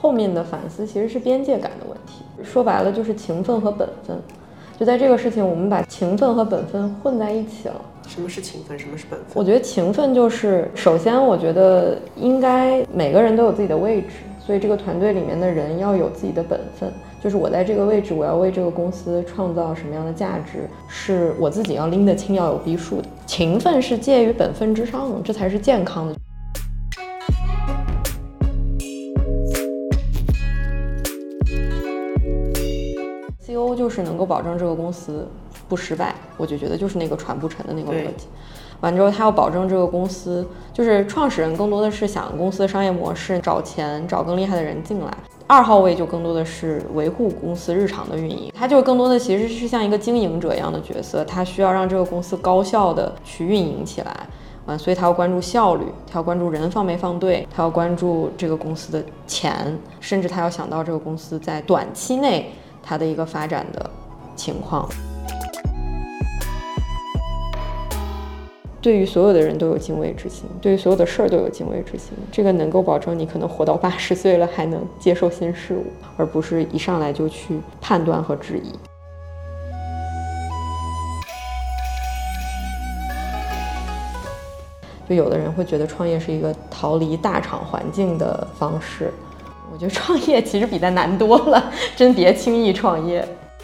后面的反思其实是边界感的问题，说白了就是情分和本分。就在这个事情，我们把情分和本分混在一起了。 什么是情分，什么是本分？ 我觉得情分就是，首先我觉得应该每个人都有自己的位置，所以这个团队里面的人要有自己的本分，就是我在这个位置，我要为这个公司创造什么样的价值，是我自己要拎得清，要有逼数的。情分是介于本分之上的，这才是健康的。CEO 就是能够保证这个公司不失败，我就觉得就是那个船不沉的那个逻辑。完之后，他要保证这个公司，就是创始人更多的是想公司的商业模式，找钱，找更厉害的人进来。2号位就更多的是维护公司日常的运营，他就更多的其实是像一个经营者一样的角色，他需要让这个公司高效的去运营起来。所以他要关注效率，他要关注人放没放对，他要关注这个公司的钱，甚至他要想到这个公司在短期内它的一个发展的情况。对于所有的人都有敬畏之心，对于所有的事儿都有敬畏之心，这个能够保证你可能活到80岁了还能接受新事物，而不是一上来就去判断和质疑。就有的人会觉得创业是一个逃离大厂环境的方式，我觉得创业其实比它难多了，真别轻易创业。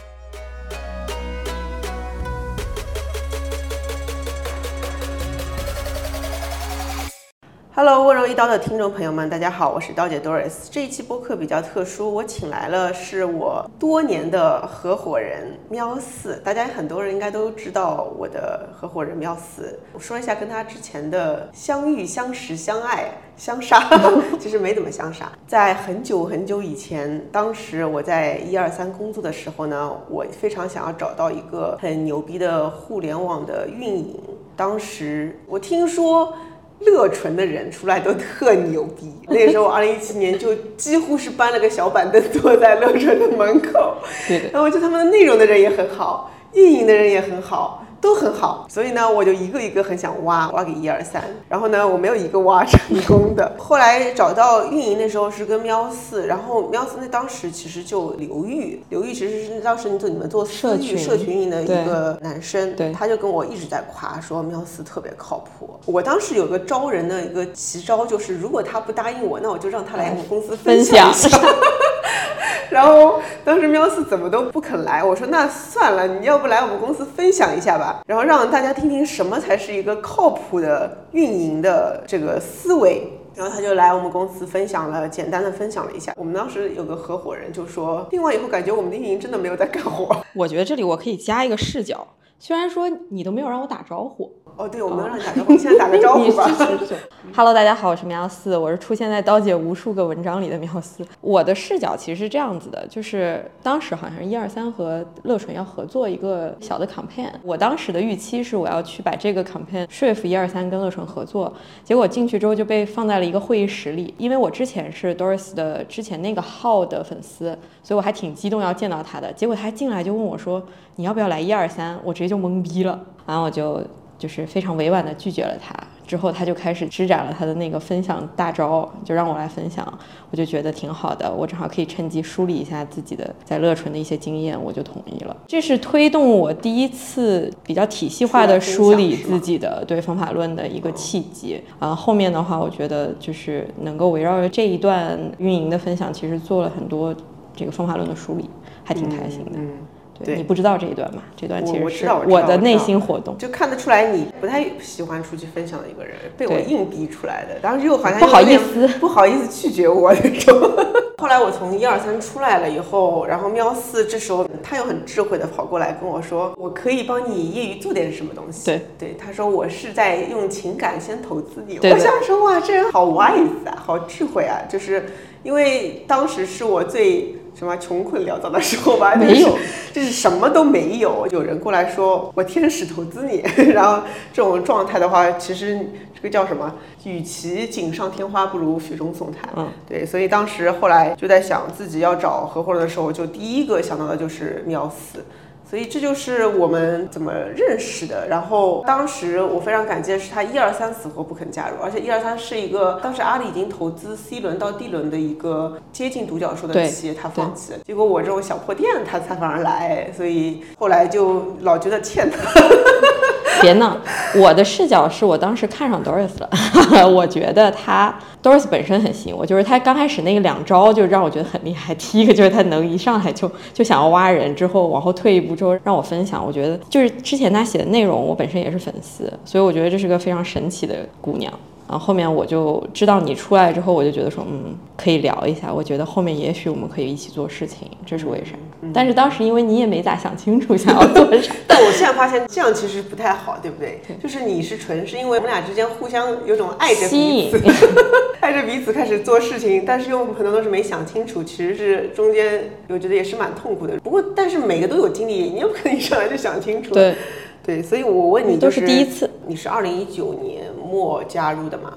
Hello， 温柔一刀的听众朋友们，大家好，我是刀姐 Doris。这一期播客比较特殊，我请来了是我多年的合伙人喵四。大家很多人应该都知道我的合伙人喵四，我说一下跟他之前的相遇、相识、相爱、相杀，其实没怎么相杀。在很久很久以前，当时我在123工作的时候呢，我非常想要找到一个很牛逼的互联网的运营。当时我听说乐纯的人出来都特牛逼，那个时候2017年就几乎是搬了个小板凳坐在乐纯的门口。 对的。 然后就他们的内容的人也很好，运营的人也很好，都很好，所以呢，我就一个一个很想挖给123，然后呢，我没有一个挖成功的。后来找到运营的时候是跟喵四，然后喵四那当时其实就刘玉其实是当时你们做社群运营的一个男生， 对， 他就跟我一直在夸说喵四特别靠谱。我当时有个招人的一个奇招，就是如果他不答应我，那我就让他来我们公司分享一下。然后当时喵四怎么都不肯来，我说那算了，你要不来我们公司分享一下吧，然后让大家听听什么才是一个靠谱的运营的这个思维。然后他就来我们公司简单的分享了一下。我们当时有个合伙人就说，听完以后感觉我们的运营真的没有在干活。 我觉得这里我可以加一个视角，虽然说你都没有让我打招呼。 哦，对，我没有让你打招呼，你现在打个招呼吧。 Hello， 大家好，我是喵四，我是出现在刀姐无数个文章里的喵四。我的视角其实是这样子的，就是当时好像是123和乐纯要合作一个小的 campaign， 我当时的预期是我要去把这个 campaign 说服123跟乐纯合作，结果进去之后就被放在了一个会议室里，因为我之前是 Doris 的之前那个号的粉丝，所以我还挺激动要见到他的。结果他进来就问我说，你要不要来123？我直接就懵逼了，然后我就是非常委婉的拒绝了他。之后他就开始施展了他的那个分享大招，就让我来分享，我就觉得挺好的，我正好可以趁机梳理一下自己的在乐纯的一些经验，我就同意了。这是推动我第一次比较体系化的梳理自己的对方法论的一个契机。后面的话我觉得就是能够围绕着这一段运营的分享，其实做了很多这个方法论的梳理，还挺开心的。对，你不知道这一段吗？这段其实是我的内心活动， 就看得出来你不太喜欢出去分享的一个人，被我硬逼出来的。当时又好像不好意思拒绝我那种。后来我从123出来了以后，然后喵四这时候他又很智慧的跑过来跟我说，我可以帮你业余做点什么东西。对，他说我是在用情感先投资你。我想说哇，这人好 wise 啊，好智慧啊，就是因为当时是我最什么穷困潦倒的时候吧， 没有， 就是什么都没有。有人过来说我天使投资你，然后这种状态的话，其实这个叫什么？与其锦上添花，不如雪中送炭。对，所以当时后来就在想自己要找合伙人的时候，就第一个想到的就是喵四。 所以这就是我们怎么认识的。然后当时我非常感激的是他123死活不肯加入，而且123是一个当时阿里已经投资 C 轮到 D 轮的一个接近独角兽的企业，他放弃了。结果我这种小破店他才反而来，所以后来就老觉得欠他。 别闹，我的视角是我当时看上 Doris 了，我觉得Doris 本身很吸引我，就是他刚开始那个2招就让我觉得很厉害。第一个就是他能一上来就想要挖人，之后往后退一步之后让我分享，我觉得就是之前他写的内容我本身也是粉丝，所以我觉得这是个非常神奇的姑娘。然后后面我就知道你出来之后，我就觉得说可以聊一下，我觉得后面也许我们可以一起做事情，这是为啥？但是当时因为你也没咋想清楚想要做啥。 但我现在发现这样其实不太好，对不对？就是你是纯是因为我们俩之间互相有种爱着彼此，爱着彼此开始做事情，但是又很多都是没想清楚，其实是中间我觉得也是蛮痛苦的。不过但是每个都有经历，你又不可能一上来就想清楚。对，所以我问你， 都是第一次。 你是2019年末加入的吗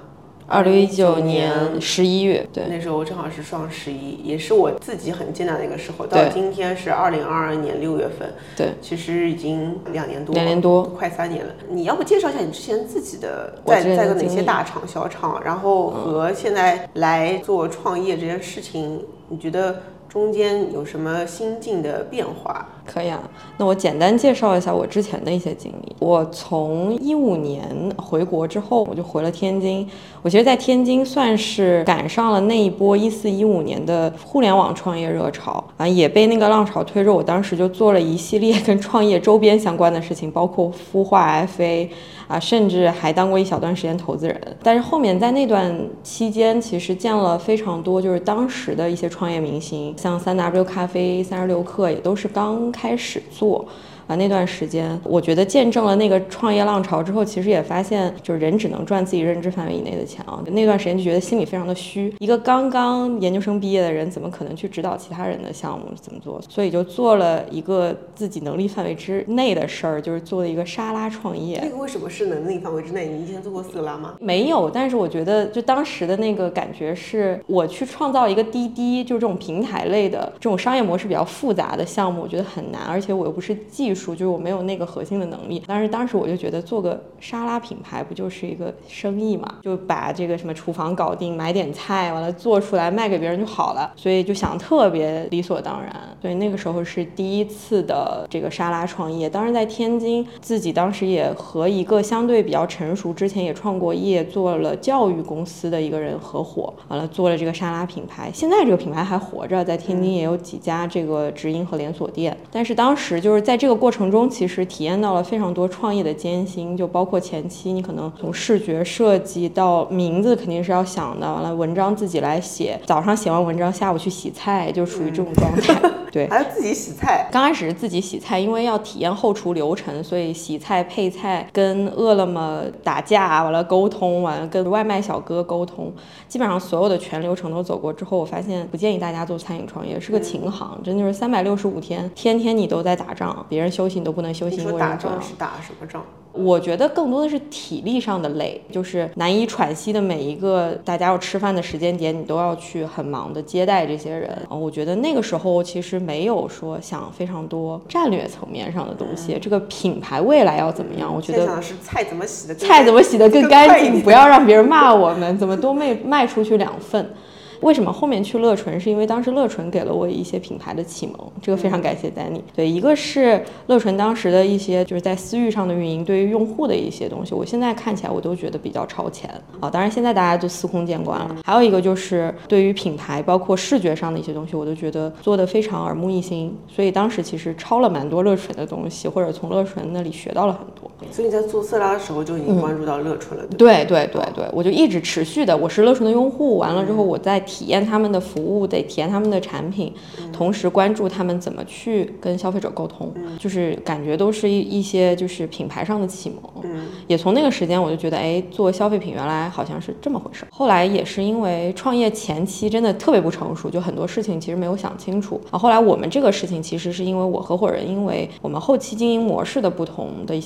？2019年11月，对， 那时候正好是双11，也是我自己很艰难的一个时候。到今天是2022年6月份， 对， 其实已经2 年多， 快3年了。你要不介绍一下你之前自己的在过哪些大厂、小厂，然后和现在来做创业这件事情，你觉得中间有什么心境的变化？ 可以啊，那我简单介绍一下我之前的一些经历。我从15年回国之后，我就回了天津。我其实在天津算是赶上了那一波14、15年的互联网创业热潮啊，也被那个浪潮推着，我当时就做了一系列跟创业周边相关的事情，包括孵化 FA 啊，甚至还当过一小段时间投资人。但是后面在那段期间，其实见了非常多就是当时的一些创业明星，像3W 咖啡、36氪也都是刚开始做那段时间我觉得见证了那个创业浪潮之后，其实也发现就是人只能赚自己认知范围以内的钱啊。那段时间就觉得心里非常的虚，一个刚刚研究生毕业的人怎么可能去指导其他人的项目怎么做？所以就做了一个自己能力范围之内的事儿，就是做了一个沙拉创业。 那个为什么是能力范围之内？你以前做过色拉吗？ 没有，但是我觉得就当时的那个感觉是我去创造一个滴滴，就是这种平台类的这种商业模式比较复杂的项目，我觉得很难，而且我又不是技术，就是我没有那个核心的能力。但是当时我就觉得做个沙拉品牌不就是一个生意嘛，就把这个什么厨房搞定，买点菜完了做出来卖给别人就好了，所以就想特别理所当然。所以那个时候是第一次的这个沙拉创业，当时在天津，自己当时也和一个相对比较成熟，之前也创过业，做了教育公司的一个人合伙，完了做了这个沙拉品牌。现在这个品牌还活着，在天津也有几家这个直营和连锁店。但是当时就是在这个过程中，其实体验到了非常多创业的艰辛，就包括前期你可能从视觉设计到名字肯定是要想的，完了文章自己来写，早上写完文章下午去洗菜，就属于这种状态。对， 还要自己洗菜。 刚开始是自己洗菜，因为要体验后厨流程，所以洗菜配菜跟饿了么打架，完了沟通，完了跟外卖小哥沟通，基本上所有的全流程都走过之后，我发现不建议大家做餐饮创业，是个琴行，真的是365天，天天你都在打仗，别人休息你都不能休息。 你说打仗是打什么仗？ 我觉得更多的是体力上的累，就是难以喘息的每一个大家要吃饭的时间点，你都要去很忙的接待这些人。我觉得那个时候其实没有说想非常多战略层面上的东西，这个品牌未来要怎么样，我觉得想的是菜怎么洗得更干净，不要让别人骂我们，怎么都卖出去2份。为什么后面去乐纯，是因为当时乐纯给了我一些品牌的启蒙，这个非常感谢丹尼。对，一个是乐纯当时的一些就是在私域上的运营，对于用户的一些东西，我现在看起来我都觉得比较超前啊。当然现在大家就司空见惯了。还有一个就是对于品牌包括视觉上的一些东西，我都觉得做得非常耳目一新，所以当时其实抄了蛮多乐纯的东西，或者从乐纯那里学到了很多。 所以你在做色拉的时候就已经关注到乐纯了。 对，我就一直持续的，我是乐纯的用户，完了之后我在体验他们的服务，得体验他们的产品，同时关注他们怎么去跟消费者沟通，就是感觉都是一些就是品牌上的启蒙。也从那个时间我就觉得，做消费品原来好像是这么回事。后来也是因为创业前期真的特别不成熟，就很多事情其实没有想清楚。后来我们这个事情其实是因为我合伙人，因为我们后期经营模式的不同的一些分歧，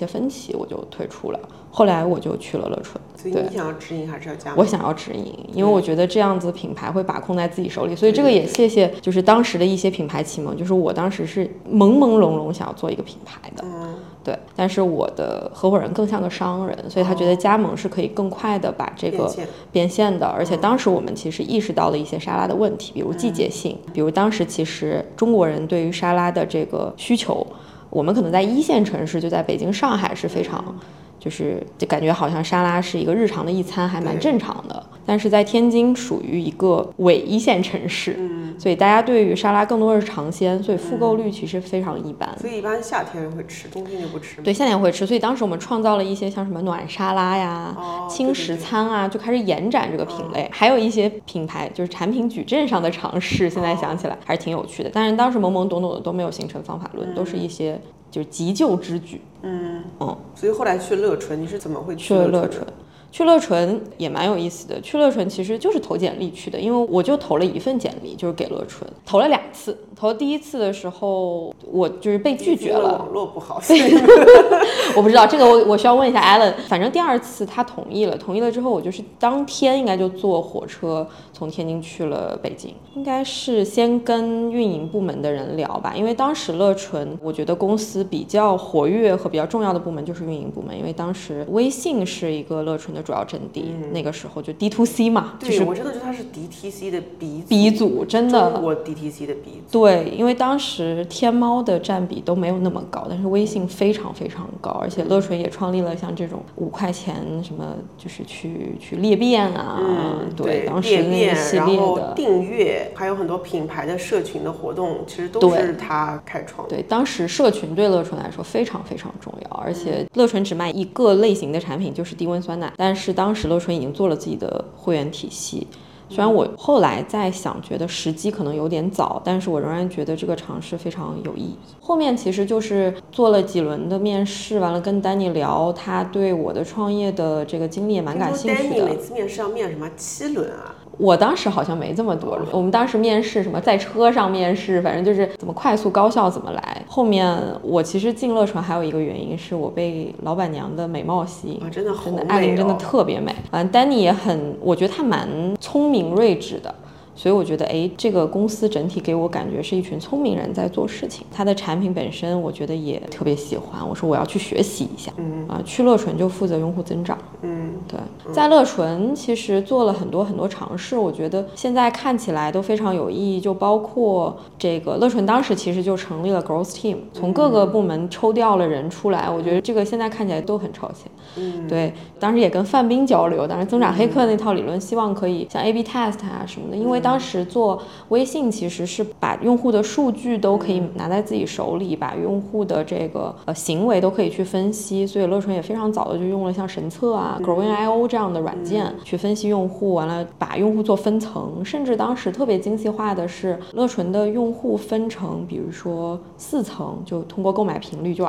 期我就退出了，后来我就去了乐纯。 所以你想要直营还是要加盟？ 我想要直营，因为我觉得这样子品牌会把控在自己手里，所以这个也谢谢就是当时的一些品牌启蒙，就是我当时是朦朦胧胧想要做一个品牌的，对，但是我的合伙人更像个商人，所以他觉得加盟是可以更快的把这个变现的，而且当时我们其实意识到了一些沙拉的问题，比如季节性，比如当时其实中国人对于沙拉的这个需求，我们可能在一线城市，就在北京、上海是非常。就感觉好像沙拉是一个日常的一餐，还蛮正常的。但是在天津属于一个伪一线城市，所以大家对于沙拉更多的是尝鲜，所以复购率其实非常一般。 所以一般夏天会吃，冬天就不吃。 对，夏天会吃。所以当时我们创造了一些像什么暖沙拉呀、轻食餐啊，就开始延展这个品类。还有一些品牌就是产品矩阵上的尝试，现在想起来还是挺有趣的。但是当时懵懵懂懂的都没有形成方法论，都是一些就是急救之举。 所以后来去乐纯，你是怎么会去了乐纯？去乐纯也蛮有意思的。去乐纯其实就是投简历去的，因为我就投了一份简历，就是给乐纯，投了2次。投第一次的时候，我就是被拒绝了。 网络不好，所以我不知道这个我需要问一下 Alan。反正第2次他同意了，同意了之后，我就是当天应该就坐火车从天津去了北京。应该是先跟运营部门的人聊吧，因为当时乐纯，我觉得公司比较活跃和比较重要的部门就是运营部门，因为当时微信是一个乐纯的主要阵地，那个时候就 D2C 嘛， 对， 就是我真的觉得它是 DTC 的鼻祖，真的中国 DTC 的鼻祖。 对，因为当时天猫的占比都没有那么高，但是微信非常非常高，而且乐纯也创立了像这种5块钱什么，就是去裂变啊，对，当时那个系列的订阅，还有很多品牌的社群的活动，其实都是他开创的。 对，当时社群对乐纯来说非常非常重要，而且乐纯只卖一个类型的产品，就是低温酸奶，但是当时乐纯已经做了自己的会员体系。虽然我后来在想，觉得时机可能有点早，但是我仍然觉得这个尝试非常有意义。后面其实就是做了几轮的面试，完了跟丹尼聊，他对我的创业的这个经历也蛮感兴趣的。 丹尼每次面试要面什么7轮啊？ 我当时好像没这么多，我们当时面试什么在车上面试，反正就是怎么快速高效怎么来。后面我其实进乐纯还有一个原因是我被老板娘的美貌吸引， 真的好美， 艾琳真的特别美。丹尼也很，我觉得他蛮聪明睿智的。所以我觉得这个公司整体给我感觉是一群聪明人在做事情，它的产品本身我觉得也特别喜欢，我说我要去学习一下。去乐纯就负责用户增长。对，在乐纯其实做了很多很多尝试，我觉得现在看起来都非常有意义，就包括这个乐纯当时其实就成立了 Growth Team， 从各个部门抽调了人出来，我觉得这个现在看起来都很超前。对，当时也跟范冰交流，当时增长黑客那套理论希望可以像 A/B test 啊什么的，因为当时做微信其实是把用户的数据都可以拿在自己手里，把用户的这个行为都可以去分析，所以乐纯也非常早的就用了像神策啊 Growing.io 这样的软件去分析用户，完了把用户做分层，甚至当时特别精细化的是乐纯的用户分成比如说4层，就通过购买频率就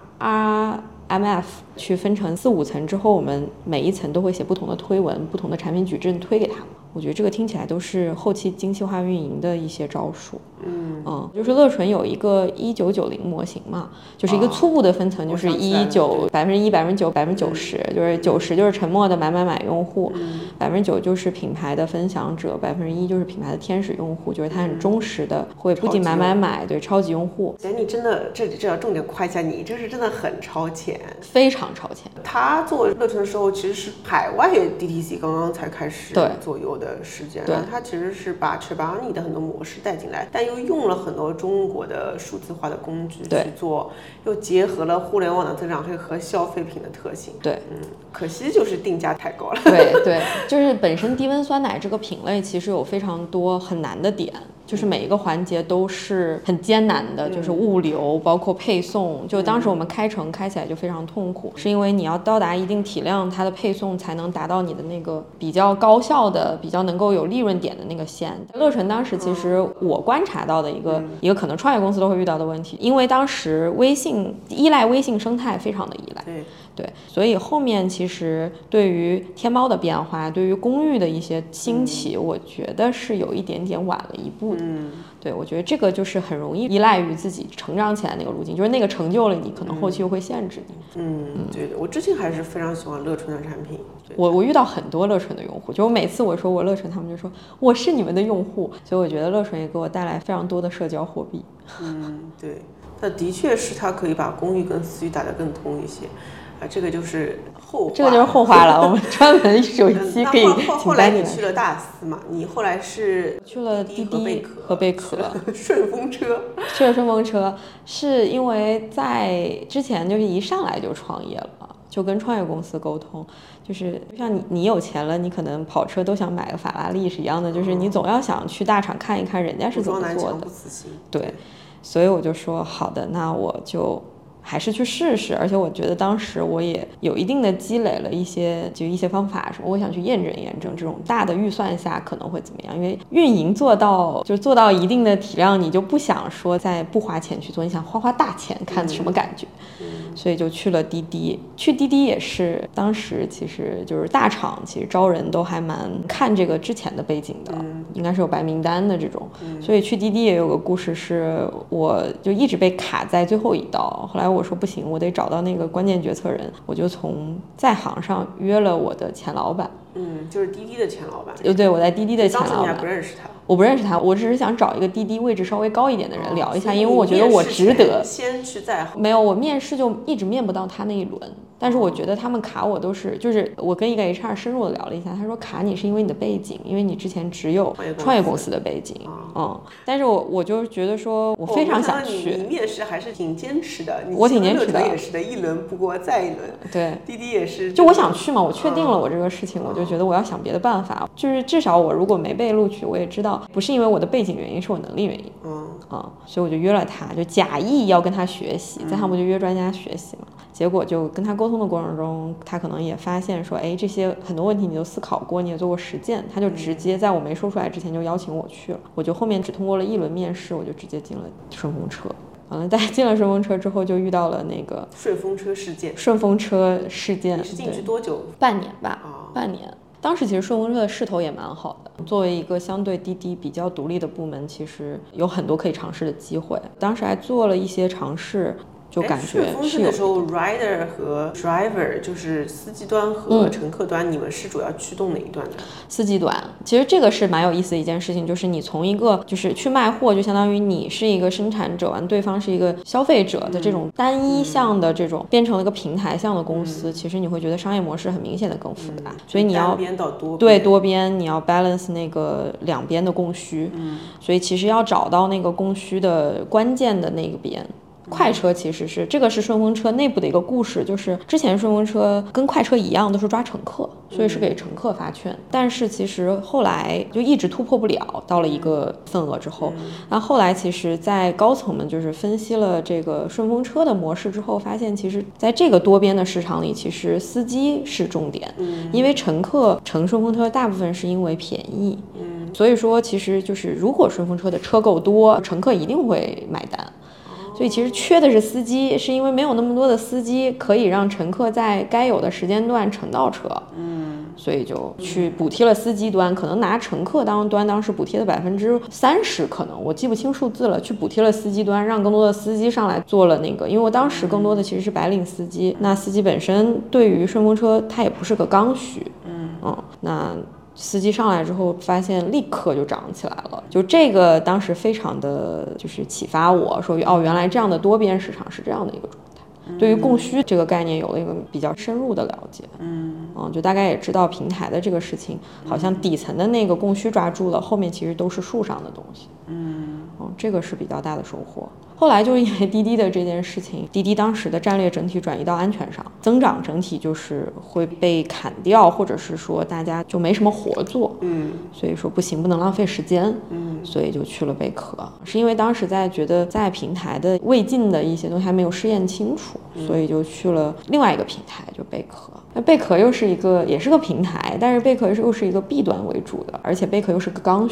RMF 去分成4、5层之后，我们每一层都会写不同的推文，不同的产品矩阵推给他们。我觉得这个听起来都是后期精细化运营的一些招数。就是乐纯有一个1990模型嘛，就是一个初步的分层，就是1%、9%、9%、90%，就是90%就是沉默的买用户，9%就是品牌的分享者，1%就是品牌的天使用户，就是他很忠实的会不仅买，对，超级用户。 你真的这要重点夸一下你，这是真的很超前， 非常超前。 他做乐纯的时候其实是海外 DTC 刚刚才开始左右的时间，然后他其实是把 Chobani 的很多模式带进来，但又用了很多中国的数字化的工具去做，又结合了互联网的增长和消费品的特性。 对， 可惜就是定价太高了。 对，就是本身低温酸奶这个品类其实有非常多很难的点，就是每一个环节都是很艰难的，就是物流包括配送，就当时我们开城开起来就非常痛苦，是因为你要到达一定体量，它的配送才能达到你的那个比较高效的、比较能够有利润点的那个线。乐纯当时其实我观察到的一个可能创业公司都会遇到的问题，因为当时微信依赖微信生态非常的依赖。对，所以后面其实对于天猫的变化，对于公寓的一些兴起，我觉得是有一点点晚了一步的。 对，我觉得这个就是很容易依赖于自己成长起来那个路径，就是那个成就了你，可能后期又会限制你。 对的，我之前还是非常喜欢乐纯的产品。 我遇到很多乐纯的用户，就我每次我说我乐纯，他们就说我是你们的用户，所以我觉得乐纯也给我带来非常多的社交货币。 对，它的确是它可以把公域跟私域打得更通一些。这个就是后话， 这个就是后话了。我们专门有一期可以后来你去了大4嘛？你后来是去了滴滴和贝壳， 顺风车。 去了顺风车，是因为在之前就是一上来就创业了，就跟创业公司沟通，就是就像你有钱了，你可能跑车都想买个法拉利是一样的，就是你总要想去大厂看一看人家是怎么做的。对，所以我就说好的，那我就还是去试试，而且我觉得当时我也有一定的积累了一些方法什么，我想去验证这种大的预算下可能会怎么样，因为运营做到一定的体量，你就不想说再不花钱去做，你想花大钱看什么感觉。所以就去了滴滴。去滴滴也是当时其实就是大厂其实招人都还蛮看这个之前的背景的，应该是有白名单的这种。所以去滴滴也有个故事，是我就一直被卡在最后一道，后来我说不行，我得找到那个关键决策人，我就从在行上约了我的前老板。 就是滴滴的前老板。 对，我在滴滴的前老板。 当时你还不认识他？ 我不认识他，我只是想找一个滴滴位置稍微高一点的人聊一下，因为我觉得我值得。 先去在后。 没有，我面试就一直面不到他那一轮，但是我觉得他们卡我都是，就是我跟一个 HR 深入的聊了一下，他说卡你是因为你的背景，因为你之前只有创业公司的背景。但是我就觉得说我非常想去。 你面试还是挺坚持的。 我挺坚持的。 也是的，一轮不过再一轮。 对， 滴滴也是。 就我想去嘛，我确定了我这个事情，我就觉得我要想别的办法，就是至少我如果没被录取，我也知道不是因为我的背景原因，是我能力原因。所以我就约了他，就假意要跟他学习，在项目就约专家学习嘛。结果就跟他沟通的过程中，他可能也发现说，哎，这些很多问题你都思考过，你也做过实践，他就直接在我没说出来之前就邀请我去了。我就后面只通过了一轮面试，我就直接进了顺风车。在进了顺风车之后，就遇到了那个顺风车事件。 你是进去多久？ 半年吧，半年。当时其实顺风车的势头也蛮好的，作为一个相对滴滴比较独立的部门，其实有很多可以尝试的机会。当时还做了一些尝试，就感觉是有。顺风车的时候 ，rider 和 driver 就是司机端和乘客端，你们是主要驱动哪一端的？ 司机端。其实这个是蛮有意思的一件事情，就是你从一个就是去卖货，就相当于你是一个生产者，完对方是一个消费者的这种单一项的这种，变成了一个平台项的公司，其实你会觉得商业模式很明显的更复杂，所以你要单边到多边。 对，多边你要 balance 那个两边的供需，所以其实要找到那个供需的关键的那个边。快车其实是这个是顺风车内部的一个故事，就是之前顺风车跟快车一样都是抓乘客，所以是给乘客发券，但是其实后来就一直突破不了，到了一个份额之后，那后来其实在高层们就是分析了这个顺风车的模式之后，发现其实在这个多边的市场里，其实司机是重点，因为乘客乘顺风车大部分是因为便宜，所以说其实就是如果顺风车的车够多，乘客一定会买单。所以其实缺的是司机，是因为没有那么多的司机可以让乘客在该有的时间段乘到车，所以就去补贴了司机端，可能拿乘客当时补贴的30%，可能我记不清数字了，去补贴了司机端，让更多的司机上来做了那个，因为我当时更多的其实是白领司机，那司机本身对于顺风车它也不是个刚需，那司机上来之后发现立刻就涨起来了，就这个当时非常的就是启发我说原来这样的多边市场是这样的一个状态，对于供需这个概念有了一个比较深入的了解，就大概也知道平台的这个事情好像底层的那个供需抓住了，后面其实都是树上的东西，这个是比较大的收获。后来就是因为滴滴的这件事情，滴滴当时的战略整体转移到安全上，增长整体就是会被砍掉，或者是说大家就没什么活做，所以说不行，不能浪费时间，所以就去了贝壳，是因为当时觉得在平台的未尽的一些东西还没有试验清楚，所以就去了另外一个平台，就贝壳。那贝壳也是个平台，但是贝壳又是一个 B 端为主的，而且贝壳又是个刚需，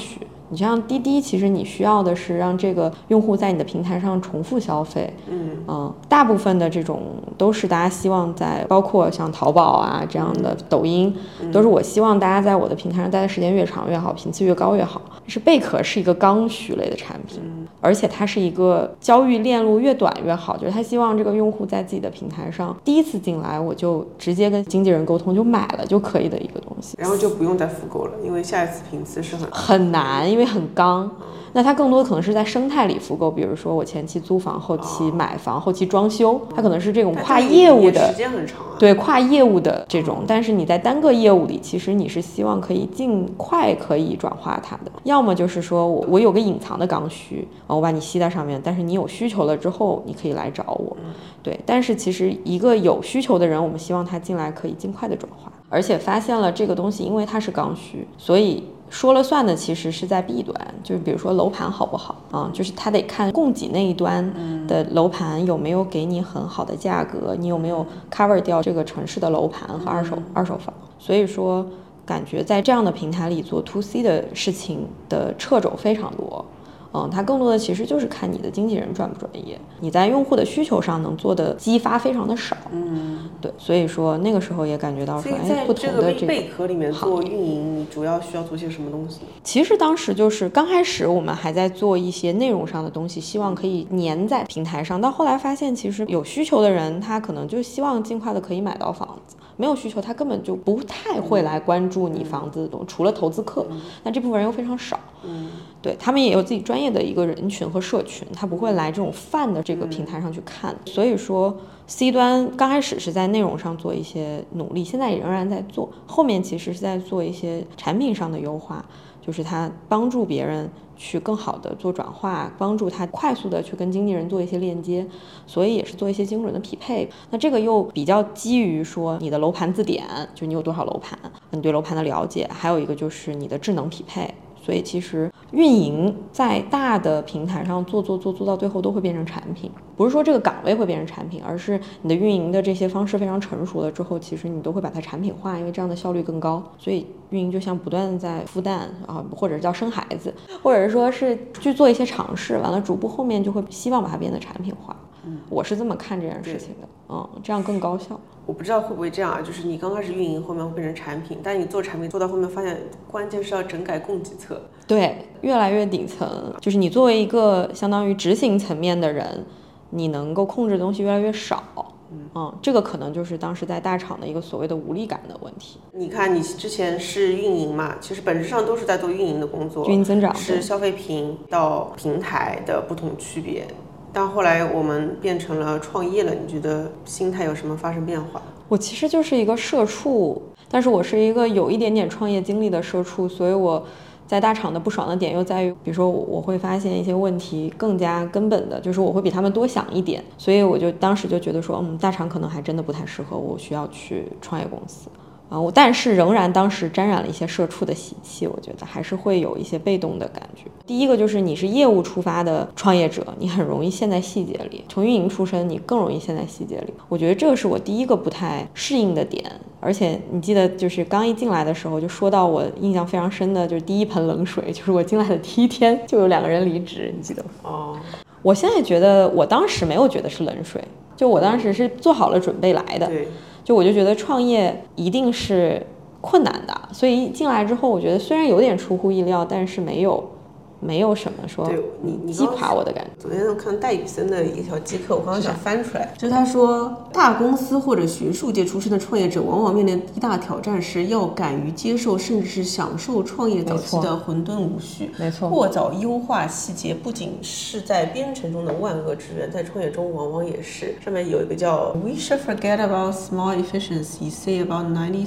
你像滴滴，其实你需要的是让这个用户在你的平台上重复消费。大部分的这种都是大家希望在，包括像淘宝啊这样的，抖音，都是我希望大家在我的平台上待的时间越长越好，频次越高越好。是贝壳是一个刚需类的产品，而且它是一个交易链路越短越好，就是他希望这个用户在自己的平台上第一次进来，我就直接跟经纪人沟通就买了就可以的一个东西， 然后就不用再复购了，因为下一次频次是很难，因为很刚。那它更多可能是在生态里复购，比如说我前期租房，后期买房，后期装修，它可能是这种跨业务的， 时间很长啊。 对，跨业务的这种。但是你在单个业务里，其实你是希望可以尽快可以转化它的，要么就是说我有个隐藏的刚需，我把你吸在上面，但是你有需求了之后，你可以来找我。对，但是其实一个有需求的人，我们希望他进来可以尽快的转化，而且发现了这个东西，因为它是刚需，所以说了算的其实是在 B 端，就是比如说楼盘好不好就是他得看供给那一端的楼盘有没有给你很好的价格，你有没有 cover 掉这个城市的楼盘和二手房。所以说感觉在这样的平台里做 to C 的事情的掣肘非常多。它更多的其实就是看你的经纪人专不专业，你在用户的需求上能做的激发非常的少。对，所以说那个时候也感觉到说，不同的这个贝壳里面做运营，你主要需要做些什么东西？ 其实当时就是刚开始我们还在做一些内容上的东西，希望可以粘在平台上，到后来发现其实有需求的人他可能就希望尽快的可以买到房子，没有需求他根本就不太会来关注你房子的东西，除了投资客，但这部分人又非常少。对，他们也有自己专业的一个人群和社群，他不会来这种泛的这个平台上去看。所以说 C 端刚开始是在内容上做一些努力，现在也仍然在做，后面其实是在做一些产品上的优化，就是它帮助别人去更好的做转化，帮助他快速的去跟经纪人做一些链接，所以也是做一些精准的匹配。那这个又比较基于说你的楼盘字典，就你有多少楼盘，你对楼盘的了解，还有一个就是你的智能匹配。所以其实运营在大的平台上做到最后都会变成产品，不是说这个岗位会变成产品，而是你的运营的这些方式非常成熟了之后，其实你都会把它产品化，因为这样的效率更高。所以运营就像不断在孵蛋或者叫生孩子，或者说是去做一些尝试，完了逐步后面就会希望把它变得产品化。我是这么看这件事情的，这样更高效。 我不知道会不会这样啊，就是你刚开始运营，后面会变成产品，但你做产品做到后面发现，关键是要整改供给侧。 对，越来越底层，就是你作为一个相当于执行层面的人，你能够控制的东西越来越少。这个可能就是当时在大厂的一个所谓的无力感的问题。 你看，你之前是运营嘛，其实本质上都是在做运营的工作， 运营增长是消费品到平台的不同区别。但后来我们变成了创业了，你觉得心态有什么发生变化？ 我其实就是一个社畜，但是我是一个有一点点创业经历的社畜，所以我在大厂的不爽的点又在于，比如说我会发现一些问题更加根本的，就是我会比他们多想一点，所以我就当时就觉得说，大厂可能还真的不太适合我，需要去创业公司。但是仍然当时沾染了一些社畜的习气，我觉得还是会有一些被动的感觉。第一个就是你是业务出发的创业者，你很容易陷在细节里，从运营出身你更容易陷在细节里，我觉得这个是我第一个不太适应的点。而且你记得就是刚一进来的时候就说到我印象非常深的就是第一盆冷水，就是我进来的第一天就有2个人离职，你记得吗？我现在觉得我当时没有觉得是冷水，就我当时是做好了准备来的。 对， 就我就觉得创业一定是困难的，所以进来之后我觉得虽然有点出乎意料，但是没有什么说击垮我的感觉。 昨天我看戴宇森的一条极客，我刚刚想翻出来，就是他说大公司或者学术界出身的创业者往往面临一大挑战是要敢于接受甚至是享受创业早期的混沌无序， 没错， 过早优化细节不仅是在编程中的万恶之源，在创业中往往也是。上面有一个叫 We should forget about small efficiency, say about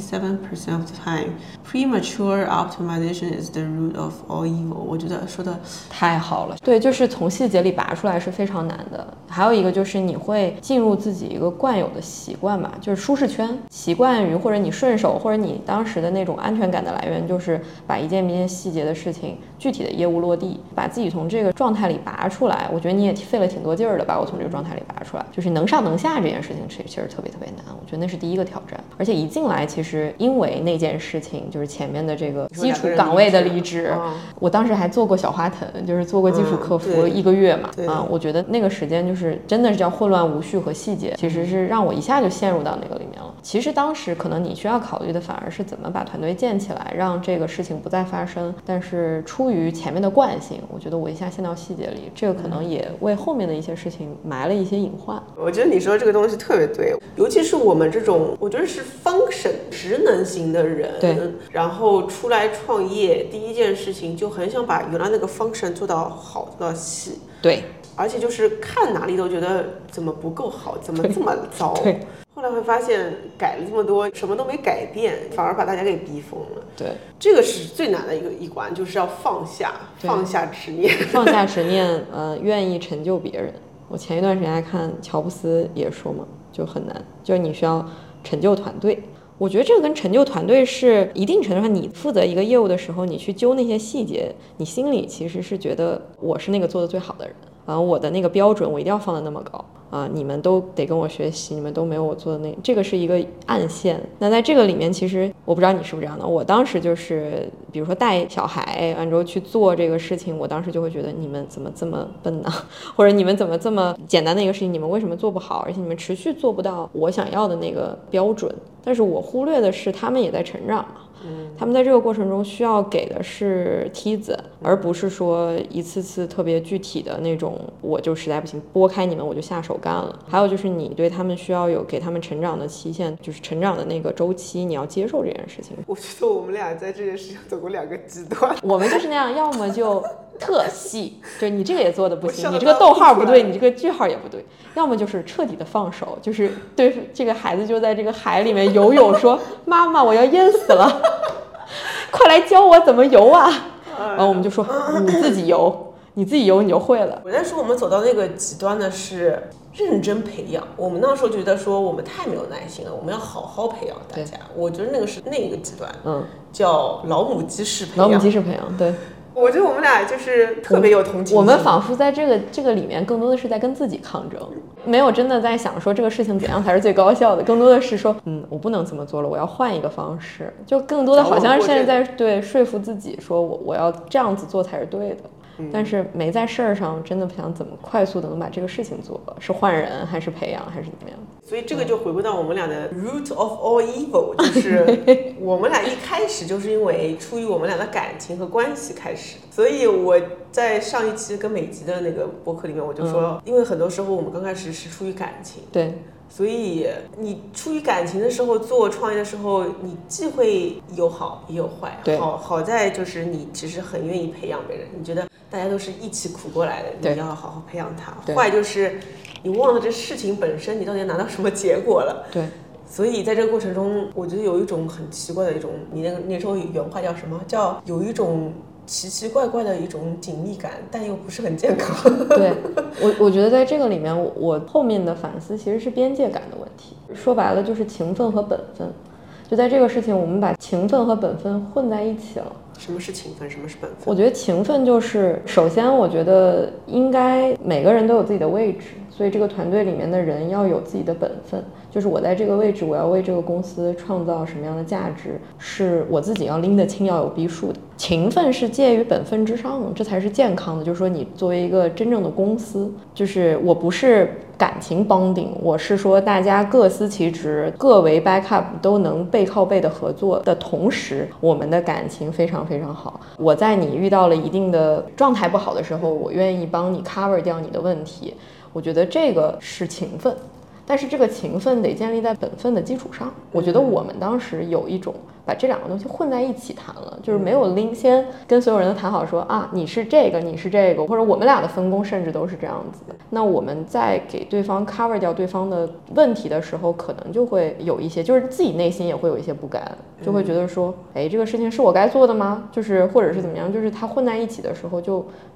97% of the time. Premature optimization is the root of all evil. 我觉得说的太好了。对，就是从细节里拔出来是非常难的。还有一个就是你会进入自己一个惯有的习惯吧，就是舒适圈，习惯于或者你顺手或者你当时的那种安全感的来源就是把一件细节的事情具体的业务落地，把自己从这个状态里拔出来。我觉得你也费了挺多劲儿的，把我从这个状态里拔出来，就是能上能下这件事情其实特别特别难，我觉得那是第一个挑战。而且一进来，其实因为那件事情，就是前面的这个基础岗位的离职，我当时还做过小花藤，就是做过技术客服1个月嘛，我觉得那个时间就是真的是叫混乱无序和细节，其实是让我一下就陷入到那个里面了。其实当时可能你需要考虑的反而是怎么把团队建起来，让这个事情不再发生。但是出于前面的惯性，我觉得我一下陷到细节里，这个可能也为后面的一些事情埋了一些隐患。 我觉得你说这个东西特别对，尤其是我们这种我觉得是 function 职能型的人， 对， 然后出来创业，第一件事情就很想把原来那个 function 做到好做到细， 对， 而且就是看哪里都觉得怎么不够好，怎么这么糟。 对， 后来会发现改了这么多，什么都没改变，反而把大家给逼疯了。 对， 这个是最难的一关，就是要放下执念， 放下执念，愿意成就别人。我前一段时间还看乔布斯也说嘛，就很难，就是你需要成就团队。我觉得这个跟成就团队是一定程度上，你负责一个业务的时候，你去揪那些细节，你心里其实是觉得我是那个做得最好的人啊，我的那个标准我一定要放得那么高啊，你们都得跟我学习，你们都没有我做的那，这个是一个暗线。那在这个里面，其实我不知道你是不是这样的，我当时就是比如说带小孩完之后去做这个事情，我当时就会觉得你们怎么这么笨呢？或者你们怎么这么简单的一个事情，你们为什么做不好？而且你们持续做不到我想要的那个标准。但是我忽略的是他们也在成长嘛，他们在这个过程中需要给的是梯子，而不是说一次次特别具体的那种我就实在不行拨开你们我就下手干了。还有就是你对他们需要有给他们成长的期限，就是成长的那个周期，你要接受这件事情。 我觉得我们俩在这件事情走过2个极端， 我们就是那样，要么就特细，就你这个也做的不行，你这个逗号不对，你这个句号也不对，要么就是彻底的放手，就是对这个孩子就在这个海里面游泳，说妈妈我要淹死了，快来教我怎么游啊！然后我们就说你自己游，你自己游你就会了。 我在说我们走到那个极端的是认真培养，我们那时候觉得说我们太没有耐心了，我们要好好培养大家。我觉得那个是那个极端，叫老母鸡式培养。 老母鸡式培养，对。 我觉得我们俩就是特别有同情心， 我们仿佛在这个里面更多的是在跟自己抗争，没有真的在想说这个事情怎样才是最高效的，更多的是说我不能这么做了，我要换一个方式，就更多的好像是现在在说服自己说我要这样子做才是对的。但是没在事儿上真的想怎么快速的能把这个事情做了，是换人还是培养还是怎么样？ 所以这个就回归到我们俩的 root of all evil， 就是我们俩一开始就是因为出于我们俩的感情和关系开始。所以我在上一期跟美吉的那个播客里面我就说，因为很多时候我们刚开始是出于感情， 对， 所以你出于感情的时候做创业的时候，你既会有好也有坏。好在就是你其实很愿意培养别人，你觉得大家都是一起苦过来的，你要好好培养他。坏就是你忘了这事情本身你到底拿到什么结果了。 对， 所以在这个过程中我觉得有一种很奇怪的一种，你那时候原话叫什么，叫有一种奇奇怪怪的一种紧密感，但又不是很健康。 对，我觉得在这个里面我后面的反思其实是边界感的问题，说白了就是情分和本分。就在这个事情我们把情分和本分混在一起了。 什么是情分，什么是本分？ 我觉得情分就是首先我觉得应该每个人都有自己的位置，所以这个团队里面的人要有自己的本分，就是我在这个位置我要为这个公司创造什么样的价值，是我自己要拎得清要有逼数的。情分是介于本分之上，这才是健康的。就是说你作为一个真正的公司，就是我不是感情绑定，我是说大家各司其职，各为 backup 都能背靠背的合作的同时，我们的感情非常非常好。我在你遇到了一定的状态不好的时候，我愿意帮你 cover 掉你的问题，我觉得这个是情分。但是这个情分得建立在本分的基础上。我觉得我们当时有一种把这两个东西混在一起谈了，就是没有先跟所有人都谈好说啊，你是这个你是这个，或者我们俩的分工甚至都是这样子的。那我们在给对方 cover 掉对方的问题的时候，可能就会有一些，就是自己内心也会有一些不甘，就会觉得说这个事情是我该做的吗？就是或者是怎么样，就是它混在一起的时候就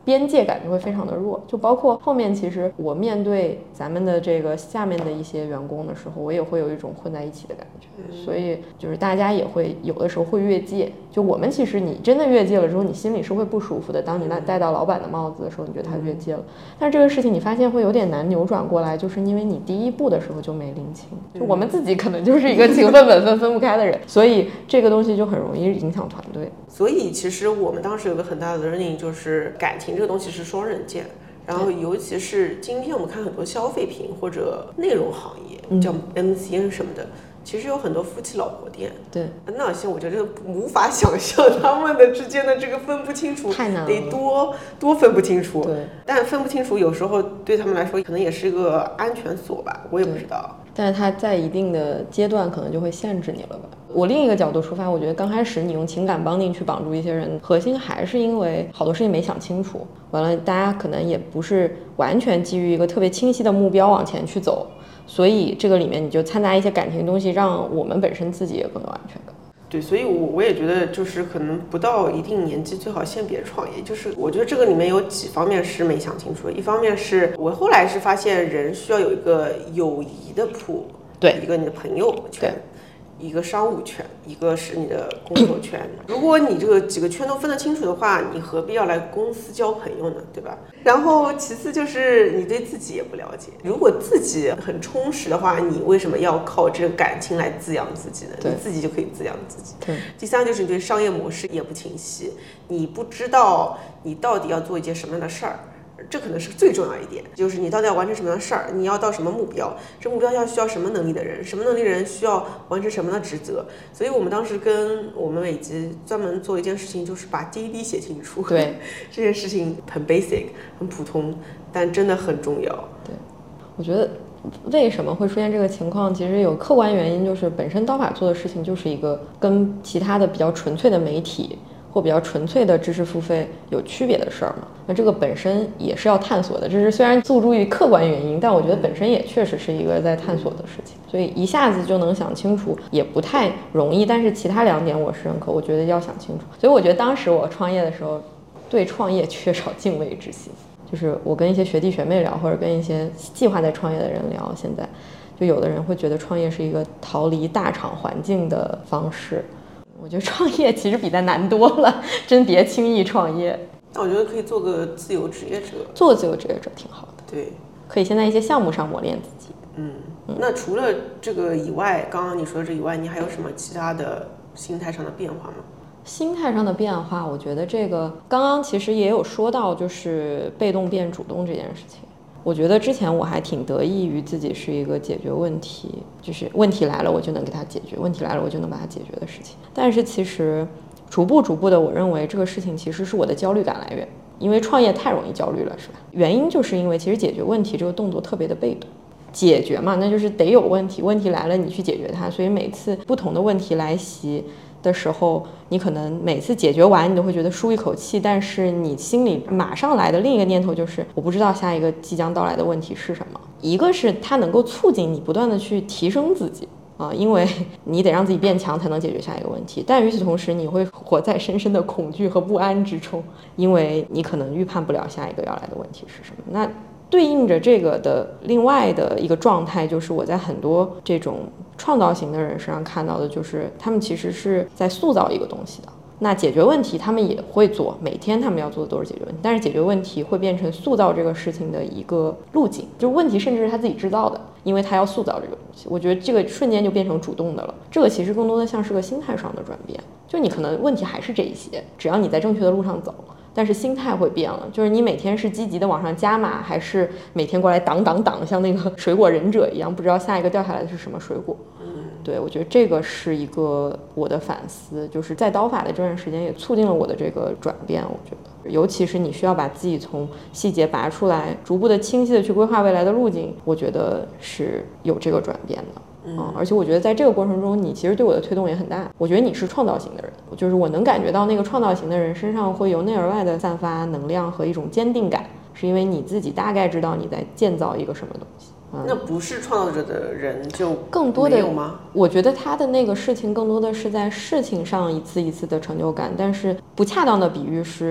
边界感就会非常的弱。就包括后面其实我面对咱们的这个下面的一些员工的时候，我也会有一种混在一起的感觉，所以就是大家也会有的时候会越界。就我们其实你真的越界了之后，你心里是会不舒服的。当你戴到老板的帽子的时候，你觉得他越界了，但是这个事情你发现会有点难扭转过来，就是因为你第一步的时候就没拎清。就我们自己可能就是一个情分本分分不开的人，所以这个东西就很容易影响团队。 所以其实我们当时有个很大的 learning， 就是感情这个东西是双刃剑。然后尤其是今天我们看很多消费品或者内容行业，叫 MCN 什么的，其实有很多夫妻老婆店。 对， 那些我觉得无法想象他们的之间的这个分不清楚， 太难了， 得多分不清楚。 对， 但分不清楚有时候对他们来说可能也是一个安全锁吧，我也不知道。 但是它在一定的阶段可能就会限制你了吧。我另一个角度出发，我觉得刚开始你用情感绑定去绑住一些人，核心还是因为好多事情没想清楚，完了大家可能也不是完全基于一个特别清晰的目标往前去走，所以这个里面你就掺杂一些感情的东西，让我们本身自己也更有安全感。 对，所以我也觉得就是可能不到一定年纪最好先别创业。就是我觉得这个里面有几方面是没想清楚的，一方面是我后来是发现人需要有一个友谊的铺， 对， 一个你的朋友圈，一个商务圈，一个是你的工作圈。如果你这个几个圈都分得清楚的话，你何必要来公司交朋友呢，对吧？然后其次就是你对自己也不了解，如果自己很充实的话，你为什么要靠这个感情来滋养自己呢？你自己就可以滋养自己。 对。 第三就是你对商业模式也不清晰，你不知道你到底要做一件什么样的事儿。这可能是最重要一点，就是你到底要完成什么样的事儿，你要到什么目标，这目标需要什么能力的人，什么能力的人需要完成什么样的职责。所以我们当时跟我们美籍专门做一件事情，就是把 JD 写清楚。 对， 这件事情很 basic 很普通，但真的很重要。 对，我觉得为什么会出现这个情况，其实有客观原因，就是本身刀法做的事情就是一个跟其他的比较纯粹的媒体或比较纯粹的知识付费有区别的事儿嘛。那这个本身也是要探索的，这是虽然诉诸于客观原因，但我觉得本身也确实是一个在探索的事情。所以一下子就能想清楚也不太容易，但是其他两点我是认可，我觉得要想清楚。所以我觉得当时我创业的时候，对创业缺少敬畏之心。就是我跟一些学弟学妹聊，或者跟一些计划在创业的人聊，现在就有的人会觉得创业是一个逃离大厂环境的方式。我觉得创业其实比that难多了，真别轻易创业。 那我觉得可以做个自由职业者， 做自由职业者挺好的。 对， 可以先在一些项目上磨练自己。 那除了这个以外，刚刚你说的这以外，你还有什么其他的心态上的变化吗？ 心态上的变化，我觉得这个刚刚其实也有说到，就是被动变主动这件事情。我觉得之前我还挺得益于自己是一个解决问题，就是问题来了我就能给它解决，问题来了我就能把它解决的事情。但是其实逐步的，我认为这个事情其实是我的焦虑感来源，因为创业太容易焦虑了，是吧？原因就是因为其实解决问题这个动作特别的被动。解决嘛，那就是得有问题，问题来了你去解决它，所以每次不同的问题来袭的时候，你可能每次解决完你都会觉得舒一口气，但是你心里马上来的另一个念头就是我不知道下一个即将到来的问题是什么。一个是它能够促进你不断的去提升自己因为你得让自己变强才能解决下一个问题，但与此同时你会活在深深的恐惧和不安之中，因为你可能预判不了下一个要来的问题是什么。那对应着这个的另外的一个状态，就是我在很多这种创造型的人身上看到的，就是他们其实是在塑造一个东西的。那解决问题他们也会做，每天他们要做的都是解决问题，但是解决问题会变成塑造这个事情的一个路径，就是问题甚至是他自己知道的，因为他要塑造这个东西。我觉得这个瞬间就变成主动的了，这个其实更多的像是个心态上的转变，就你可能问题还是这一些，只要你在正确的路上走，但是心态会变了，就是你每天是积极的往上加码，还是每天过来挡，像那个水果忍者一样，不知道下一个掉下来的是什么水果。对，我觉得这个是一个我的反思，就是在刀法的这段时间也促进了我的这个转变。我觉得尤其是你需要把自己从细节拔出来，逐步的清晰的去规划未来的路径，我觉得是有这个转变的。而且我觉得在这个过程中，你其实对我的推动也很大。我觉得你是创造型的人，就是我能感觉到那个创造型的人身上会由内而外的散发能量和一种坚定感，是因为你自己大概知道你在建造一个什么东西。 那不是创造者的人就更多的没有吗？ 我觉得他的那个事情更多的是在事情上一次一次的成就感，但是不恰当的比喻是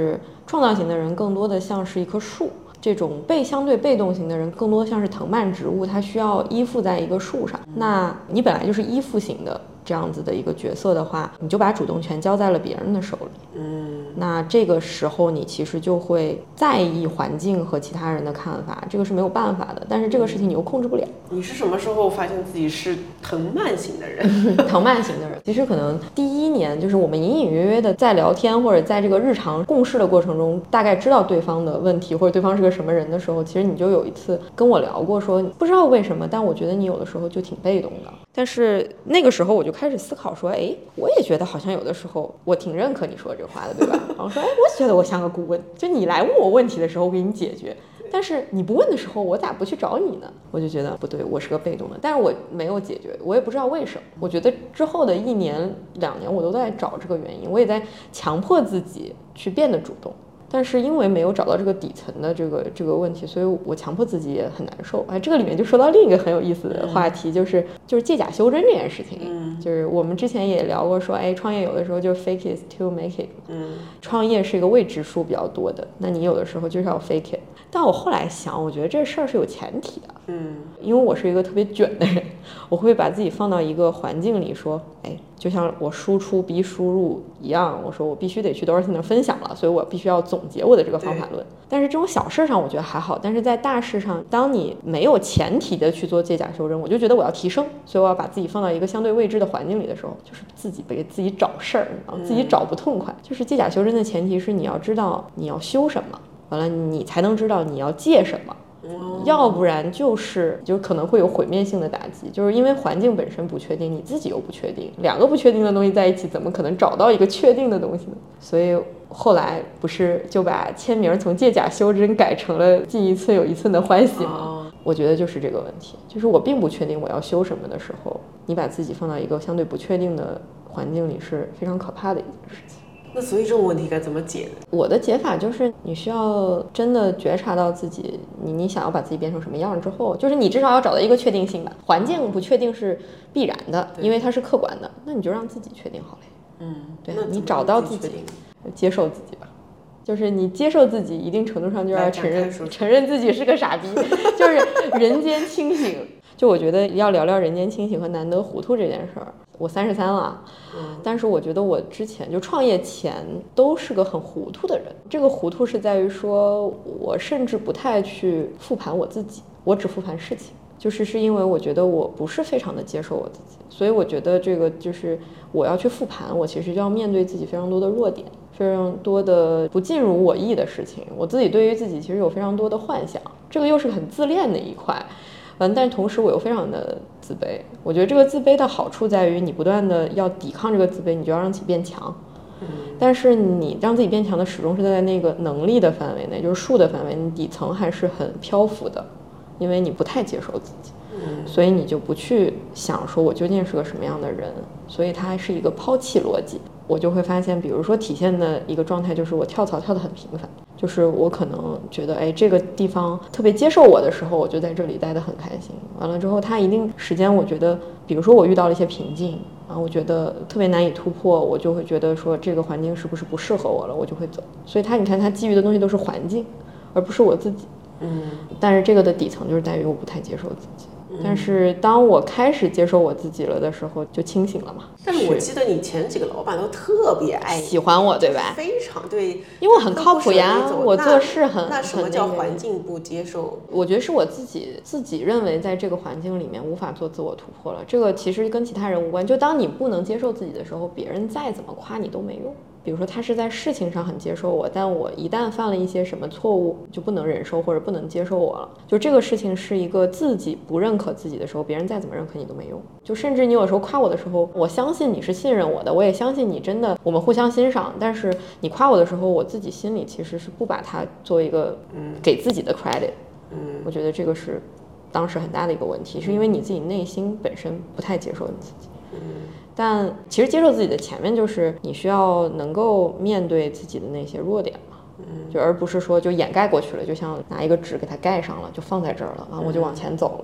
创造型的人更多的像是一棵树，这种相对被动型的人更多像是藤蔓植物，它需要依附在一个树上。那你本来就是依附型的这样子的一个角色的话，你就把主动权交在了别人的手里。那这个时候你其实就会在意环境和其他人的看法，这个是没有办法的，但是这个事情你又控制不了。 你是什么时候发现自己是藤蔓型的人？ 藤蔓型的人，其实可能第一年就是我们隐隐约约的在聊天或者在这个日常共事的过程中，大概知道对方的问题或者对方是个什么人的时候，其实你就有一次跟我聊过说，不知道为什么，但我觉得你有的时候就挺被动的。但是那个时候我就开始思考说，我也觉得好像有的时候我挺认可你说这个话的，对吧？然后说，我觉得我像个顾问，就你来问我问题的时候我给你解决，但是你不问的时候我咋不去找你呢？我就觉得不对，我是个被动的，但是我没有解决，我也不知道为什么。我觉得之后的1年2年我都在找这个原因，我也在强迫自己去变得主动，但是因为没有找到这个底层的这个问题，所以我强迫自己也很难受。这个里面就说到另一个很有意思的话题，就是借假修真这件事情。就是我们之前也聊过说，创业有的时候就是 fake it to make it。创业是一个未知数比较多的，那你有的时候就是要 fake it。但我后来想，我觉得这事儿是有前提的。因为我是一个特别卷的人，我会把自己放到一个环境里说，就像我输出逼输入一样，我说我必须得去Dorothy那分享了，所以我必须要总结我的这个方法论。但是这种小事上我觉得还好，但是在大事上，当你没有前提的去做借假修真，我就觉得我要提升，所以我要把自己放到一个相对未知的环境里的时候，就是自己给自己找事儿，自己找不痛快。就是借假修真的前提是你要知道你要修什么，完了你才能知道你要借什么。要不然就可能会有毁灭性的打击，就是因为环境本身不确定，你自己又不确定，两个不确定的东西在一起，怎么可能找到一个确定的东西呢？所以后来不是就把签名从借假修真改成了进一寸有一寸的欢喜吗？我觉得就是这个问题，就是我并不确定我要修什么的时候，你把自己放到一个相对不确定的环境里是非常可怕的一件事情。 那所以这种问题该怎么解呢？ 我的解法就是你需要真的觉察到自己你想要把自己变成什么样之后，就是你至少要找到一个确定性吧。环境不确定是必然的，因为它是客观的，那你就让自己确定好了。对，你找到自己，接受自己吧。就是你接受自己，一定程度上就要承认自己是个傻逼，就是人间清醒。就我觉得要聊聊人间清醒和难得糊涂这件事儿。我33了，但是我觉得我之前就创业前都是个很糊涂的人。这个糊涂是在于说，我甚至不太去复盘我自己，我只复盘事情。是因为我觉得我不是非常的接受我自己，所以我觉得这个就是我要去复盘，我其实就要面对自己非常多的弱点，非常多的不尽如我意的事情。我自己对于自己其实有非常多的幻想，这个又是很自恋的一块。但同时我又非常的自卑。我觉得这个自卑的好处在于，你不断的要抵抗这个自卑，你就要让自己变强。但是你让自己变强的始终是在那个能力的范围内，就是数的范围，你底层还是很漂浮的，因为你不太接受自己，所以你就不去想说我究竟是个什么样的人，所以它还是一个抛弃逻辑。我就会发现，比如说体现的一个状态就是我跳槽跳得很频繁，就是我可能觉得这个地方特别接受我的时候，我就在这里待得很开心。完了之后它一定时间，我觉得比如说我遇到了一些瓶颈我觉得特别难以突破，我就会觉得说这个环境是不是不适合我了，我就会走。所以你看它基于的东西都是环境，而不是我自己。但是这个的底层就是在于我不太接受自己。但是当我开始接受我自己了的时候，就清醒了嘛。 但是我记得你前几个老板都特别爱喜欢我，对吧？ 非常对， 因为我很靠谱呀，我做事很。 那什么叫环境不接受？ 我觉得是我自己认为在这个环境里面无法做自我突破了。这个其实跟其他人无关。就当你不能接受自己的时候，别人再怎么夸你都没用。比如说他是在事情上很接受我，但我一旦犯了一些什么错误，就不能忍受或者不能接受我了。就这个事情是一个自己不认可自己的时候，别人再怎么认可你都没用。就甚至你有时候夸我的时候，我相信你是信任我的，我也相信你真的我们互相欣赏，但是你夸我的时候，我自己心里其实是不把它作为一个给自己的 credit。我觉得这个是当时很大的一个问题，是因为你自己内心本身不太接受你自己。但其实接受自己的前面就是你需要能够面对自己的那些弱点嘛，就而不是说就掩盖过去了，就像拿一个纸给它盖上了，就放在这儿了，我就往前走了，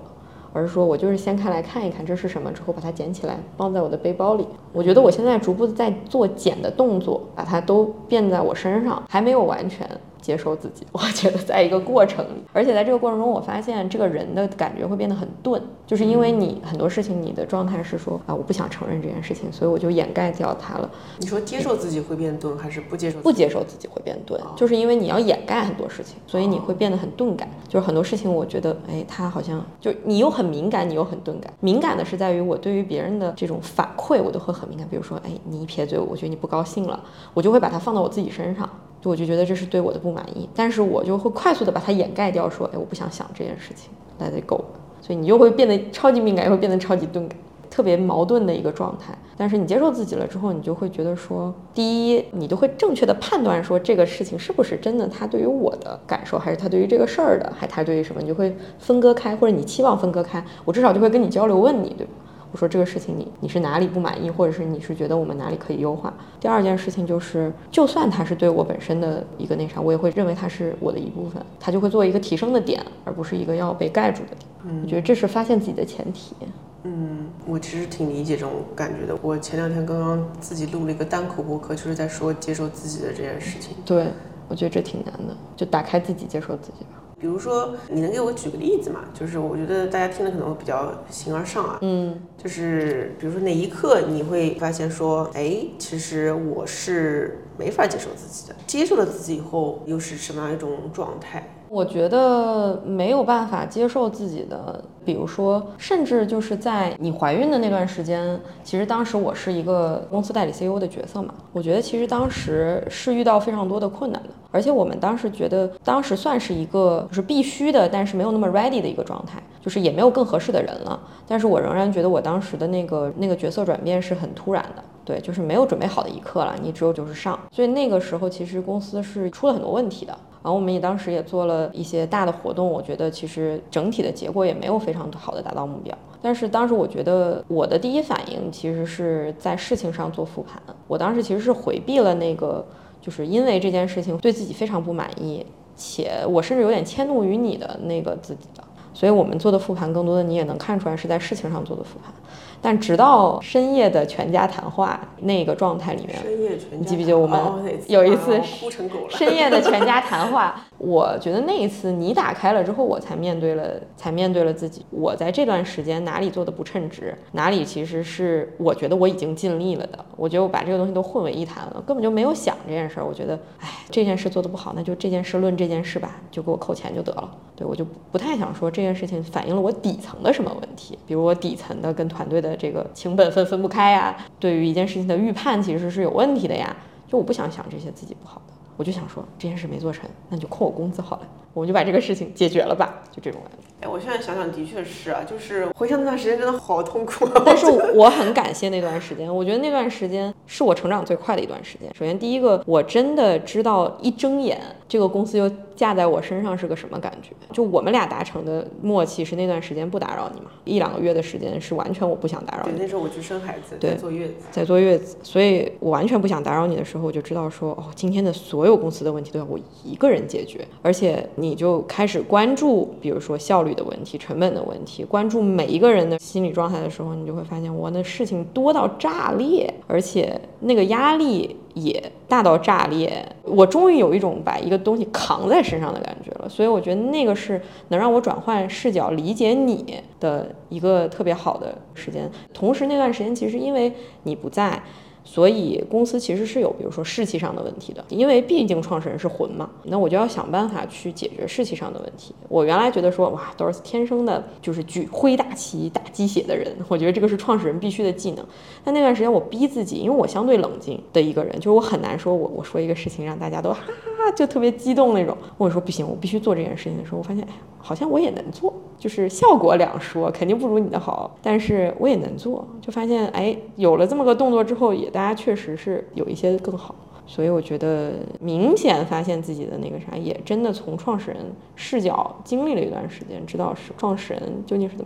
而是说我就是先看一看这是什么，之后把它捡起来放在我的背包里。我觉得我现在逐步在做捡的动作，把它都变在我身上，还没有完全接受自己，我觉得在一个过程里，而且在这个过程中，我发现这个人的感觉会变得很钝，就是因为你很多事情你的状态是说啊，我不想承认这件事情，所以我就掩盖掉它了。 你说接受自己会变钝，还是不接受自己？ 不接受自己会变钝，就是因为你要掩盖很多事情，所以你会变得很钝感。就是很多事情，我觉得，哎，他好像就你又很敏感，你又很钝感。敏感的是在于我对于别人的这种反馈，我都会很敏感。比如说，哎，你一撇嘴，我觉得你不高兴了，我就会把它放到我自己身上。我就觉得这是对我的不满意，但是我就会快速的把它掩盖掉，说，哎，我不想想这件事情 ，let it go。所以你就会变得超级敏感，又会变得超级钝感，特别矛盾的一个状态。但是你接受自己了之后，你就会觉得说，第一，你就会正确的判断说这个事情是不是真的，他对于我的感受，还是他对于这个事儿的，还他对于什么，你就会分割开，或者你期望分割开。我至少就会跟你交流，问你，对吧？我说这个事情你是哪里不满意，或者是你是觉得我们哪里可以优化。第二件事情就是，就算它是对我本身的一个那啥，我也会认为它是我的一部分，它就会做一个提升的点，而不是一个要被盖住的点。我觉得这是发现自己的前提。 我其实挺理解这种感觉的。我前2天刚刚自己录了一个单口播客，就是在说接受自己的这件事情。 对，我觉得这挺难的，就打开自己，接受自己吧。 比如说，你能给我举个例子吗？就是我觉得大家听的可能会比较形而上啊。就是比如说哪一刻你会发现说，哎，其实我是没法接受自己的。接受了自己以后，又是什么样一种状态？ 我觉得没有办法接受自己的，比如说，甚至就是在你怀孕的那段时间，其实当时我是一个公司代理 CEO 的角色嘛，我觉得其实当时是遇到非常多的困难的，而且我们当时觉得，当时算是一个就是必须的，但是没有那么 ready 的一个状态，就是也没有更合适的人了，但是我仍然觉得我当时的那个角色转变是很突然的。对，就是没有准备好的一刻了，你只有就是上，所以那个时候其实公司是出了很多问题的。然后我们也当时也做了一些大的活动，我觉得其实整体的结果也没有非常好的达到目标。但是当时我觉得我的第一反应其实是在事情上做复盘，我当时其实是回避了那个，就是因为这件事情对自己非常不满意，且我甚至有点迁怒于你的那个自己的。所以我们做的复盘更多的你也能看出来是在事情上做的复盘。但直到深夜的全家谈话那个状态里面，你记不记得我们有一次深夜的全家谈话？我觉得那一次你打开了之后，我才面对了自己。我在这段时间哪里做的不称职，哪里其实是我觉得我已经尽力了的。我觉得我把这个东西都混为一谈了，根本就没有想这件事儿。我觉得，哎，这件事做得不好，那就这件事论这件事吧，就给我扣钱就得了。对，我就不太想说这件事情反映了我底层的什么问题，比如我底层的跟团队的这个情本分不开呀，对于一件事情的预判其实是有问题的呀，就我不想想这些自己不好的，我就想说这件事没做成，那你就扣我工资好了，我们就把这个事情解决了吧，就这种感觉。 哎，我现在想想的确是啊，就是回想那段时间真的好痛苦啊。 但是我很感谢那段时间，我觉得那段时间是我成长最快的一段时间。首先第一个，我真的知道一睁眼这个公司就架在我身上是个什么感觉。就我们俩达成的默契是那段时间不打扰你嘛，1-2个月的时间是完全我不想打扰你。 对，那时候我去生孩子， 对，在坐月子，所以我完全不想打扰你的时候，我就知道说，哦，今天的所有公司的问题都要我一个人解决，而且你就开始关注，比如说效率的问题、成本的问题，关注每一个人的心理状态的时候，你就会发现我的事情多到炸裂，而且那个压力也大到炸裂。我终于有一种把一个东西扛在身上的感觉了，所以我觉得那个是能让我转换视角理解你的一个特别好的时间。同时那段时间其实因为你不在，所以公司其实是有比如说士气上的问题的，因为毕竟创始人是魂嘛，那我就要想办法去解决士气上的问题。我原来觉得说哇，都是天生的就是举挥大旗打鸡血的人，我觉得这个是创始人必须的技能。但那段时间我逼自己，因为我相对冷静的一个人，就是我很难说我说一个事情让大家都哈哈就特别激动那种，我说不行，我必须做这件事情的时候，我发现哎，好像我也能做，就是效果两说，肯定不如你的好，但是我也能做，就发现哎，有了这么个动作之后，也大家确实是有一些更好。所以我觉得明显发现自己的那个啥，也真的从创始人视角经历了一段时间，知道是创始人究竟是怎么想的。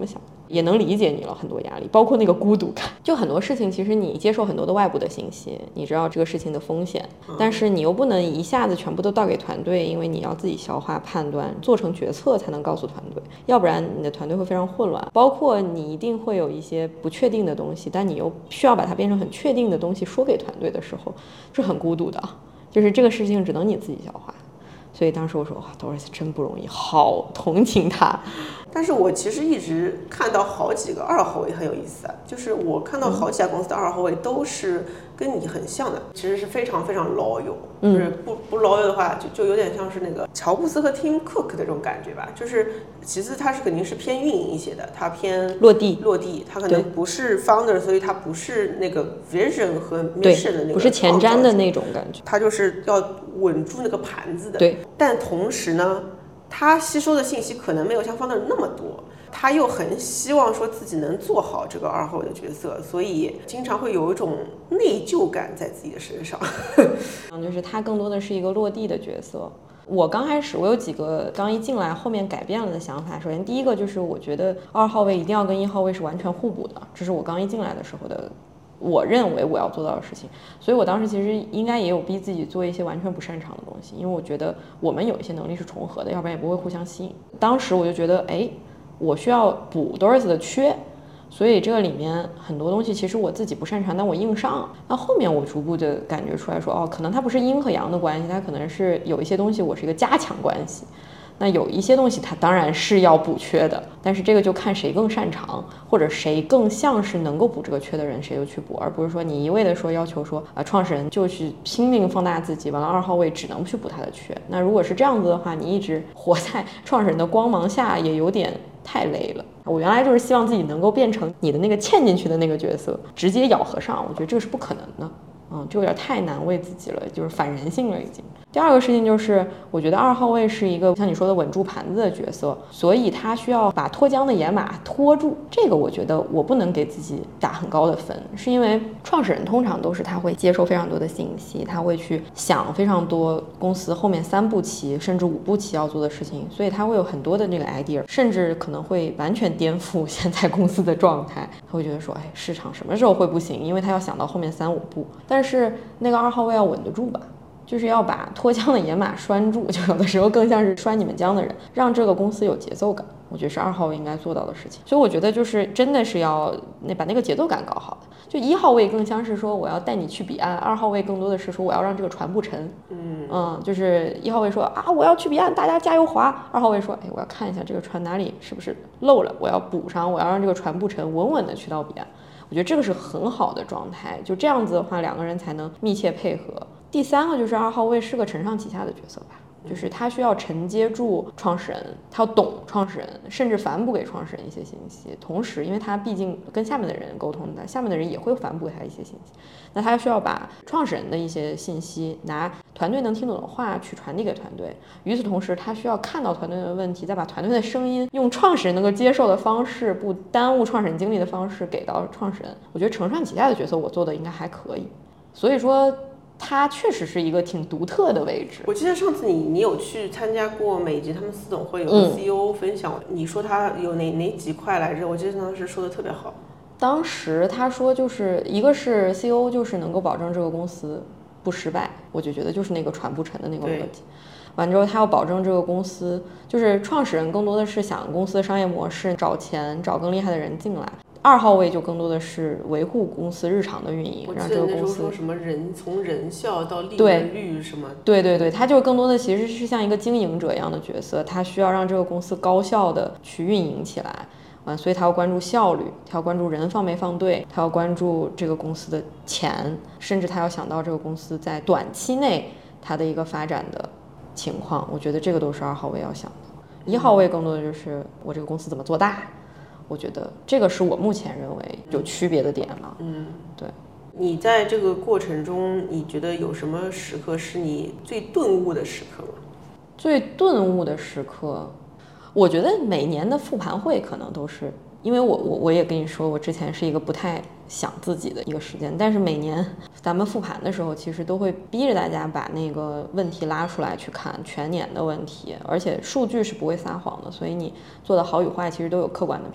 也能理解你了很多压力，包括那个孤独感。就很多事情，其实你接受很多的外部的信息，你知道这个事情的风险，但是你又不能一下子全部都倒给团队，因为你要自己消化、判断、做成决策才能告诉团队，要不然你的团队会非常混乱。包括你一定会有一些不确定的东西，但你又需要把它变成很确定的东西说给团队的时候，是很孤独的，就是这个事情只能你自己消化。所以当时我说哇，Doris 真不容易，好同情他。 但是我其实一直看到好几个二号位很有意思啊，就是我看到好几家公司的二号位都是跟你很像的，其实是非常非常 loyal，就是不 loyal 的话就有点像是那个乔布斯和 Tim Cook 的这种感觉吧，就是其实他是肯定是偏运营一些的，他偏落地，他可能不是 founder， 所以他不是那个 vision 和 mission 的那个， 不是前瞻的那种感觉， 他就是要稳住那个盘子的。 对， 但同时呢，他吸收的信息可能没有像 founder 那么多，他又很希望说自己能做好这个二号位的角色，所以经常会有一种内疚感在自己的身上。 就是他更多的是一个落地的角色。我刚开始我有几个刚一进来后面改变了的想法。首先第一个就是我觉得二号位一定要跟一号位是完全互补的，这是我刚一进来的时候的我认为我要做到的事情。所以我当时其实应该也有逼自己做一些完全不擅长的东西，因为我觉得我们有一些能力是重合的，要不然也不会互相吸引。当时我就觉得我需要补 Doris 的缺，所以这个里面很多东西其实我自己不擅长，但我硬上。那后面我逐步的感觉出来说，可能它不是阴和阳的关系，它可能是有一些东西我是一个加强关系，那有一些东西它当然是要补缺的，但是这个就看谁更擅长，或者谁更像是能够补这个缺的人，谁就去补，而不是说你一味的说要求说创始人就去拼命放大自己，完了二号位只能去补他的缺。那如果是这样子的话，你一直活在创始人的光芒下也有点太累了。我原来就是希望自己能够变成你的那个嵌进去的那个角色，直接咬合上，我觉得这个是不可能的。就有点太难为自己了，就是反人性了已经。第二个事情就是，我觉得二号位是一个像你说的稳住盘子的角色，所以他需要把脱缰的野马拖住。这个我觉得我不能给自己打很高的分，是因为创始人通常都是他会接受非常多的信息，他会去想非常多公司后面3步棋甚至5步棋要做的事情，所以他会有很多的那个 idea， 甚至可能会完全颠覆现在公司的状态。他会觉得说，市场什么时候会不行？因为他要想到后面3、5步。但是那个二号位要稳得住吧，就是要把脱缰的野马拴住，就有的时候更像是拴你们缰的人，让这个公司有节奏感。我觉得是二号位应该做到的事情。所以我觉得就是真的是要把那个节奏感搞好的。就1号位更像是说我要带你去彼岸，2号位更多的是说我要让这个船不沉。就是1号位说我要去彼岸，大家加油划。2号位说我要看一下这个船哪里是不是漏了，我要补上，我要让这个船不沉，稳稳的去到彼岸。我觉得这个是很好的状态，就这样子的话2个人才能密切配合。第3个就是2号位是个承上启下的角色吧，就是他需要承接住创始人，他要懂创始人，甚至反哺给创始人一些信息，同时因为他毕竟跟下面的人沟通的，下面的人也会反哺给他一些信息，那他需要把创始人的一些信息拿团队能听懂的话去传递给团队，与此同时他需要看到团队的问题，再把团队的声音用创始人能够接受的方式，不耽误创始人精力的方式给到创始人。我觉得承上启下的角色我做的应该还可以，所以说它确实是一个挺独特的位置。 我记得上次你有去参加过美籍他们4总会，有个 CEO 分享，你说他有哪几块来着？我记得当时说的特别好。 当时他说就是一个是 CEO 就是能够保证这个公司不失败，我就觉得就是那个船不沉的那个逻辑。完之后他要保证这个公司，就是创始人更多的是想公司的商业模式，找钱，找更厉害的人进来。2号位就更多的是维护公司日常的运营，让这个公司说什么从人效到利润率什么。 对，他就更多的其实是像一个经营者一样的角色，他需要让这个公司高效的去运营起来，所以他要关注效率，他要关注人放没放对，他要关注这个公司的钱，甚至他要想到这个公司在短期内它的一个发展的情况。我觉得这个都是2号位要想的。1号位更多的就是我这个公司怎么做大。我觉得这个是我目前认为有区别的点了。对。 你在这个过程中，你觉得有什么时刻是你最顿悟的时刻吗？ 最顿悟的时刻，我觉得每年的复盘会可能都是，因为我也跟你说，我之前是一个不太想自己的一个时间，但是每年咱们复盘的时候，其实都会逼着大家把那个问题拉出来去看全年的问题，而且数据是不会撒谎的，所以你做的好与坏其实都有客观的评判。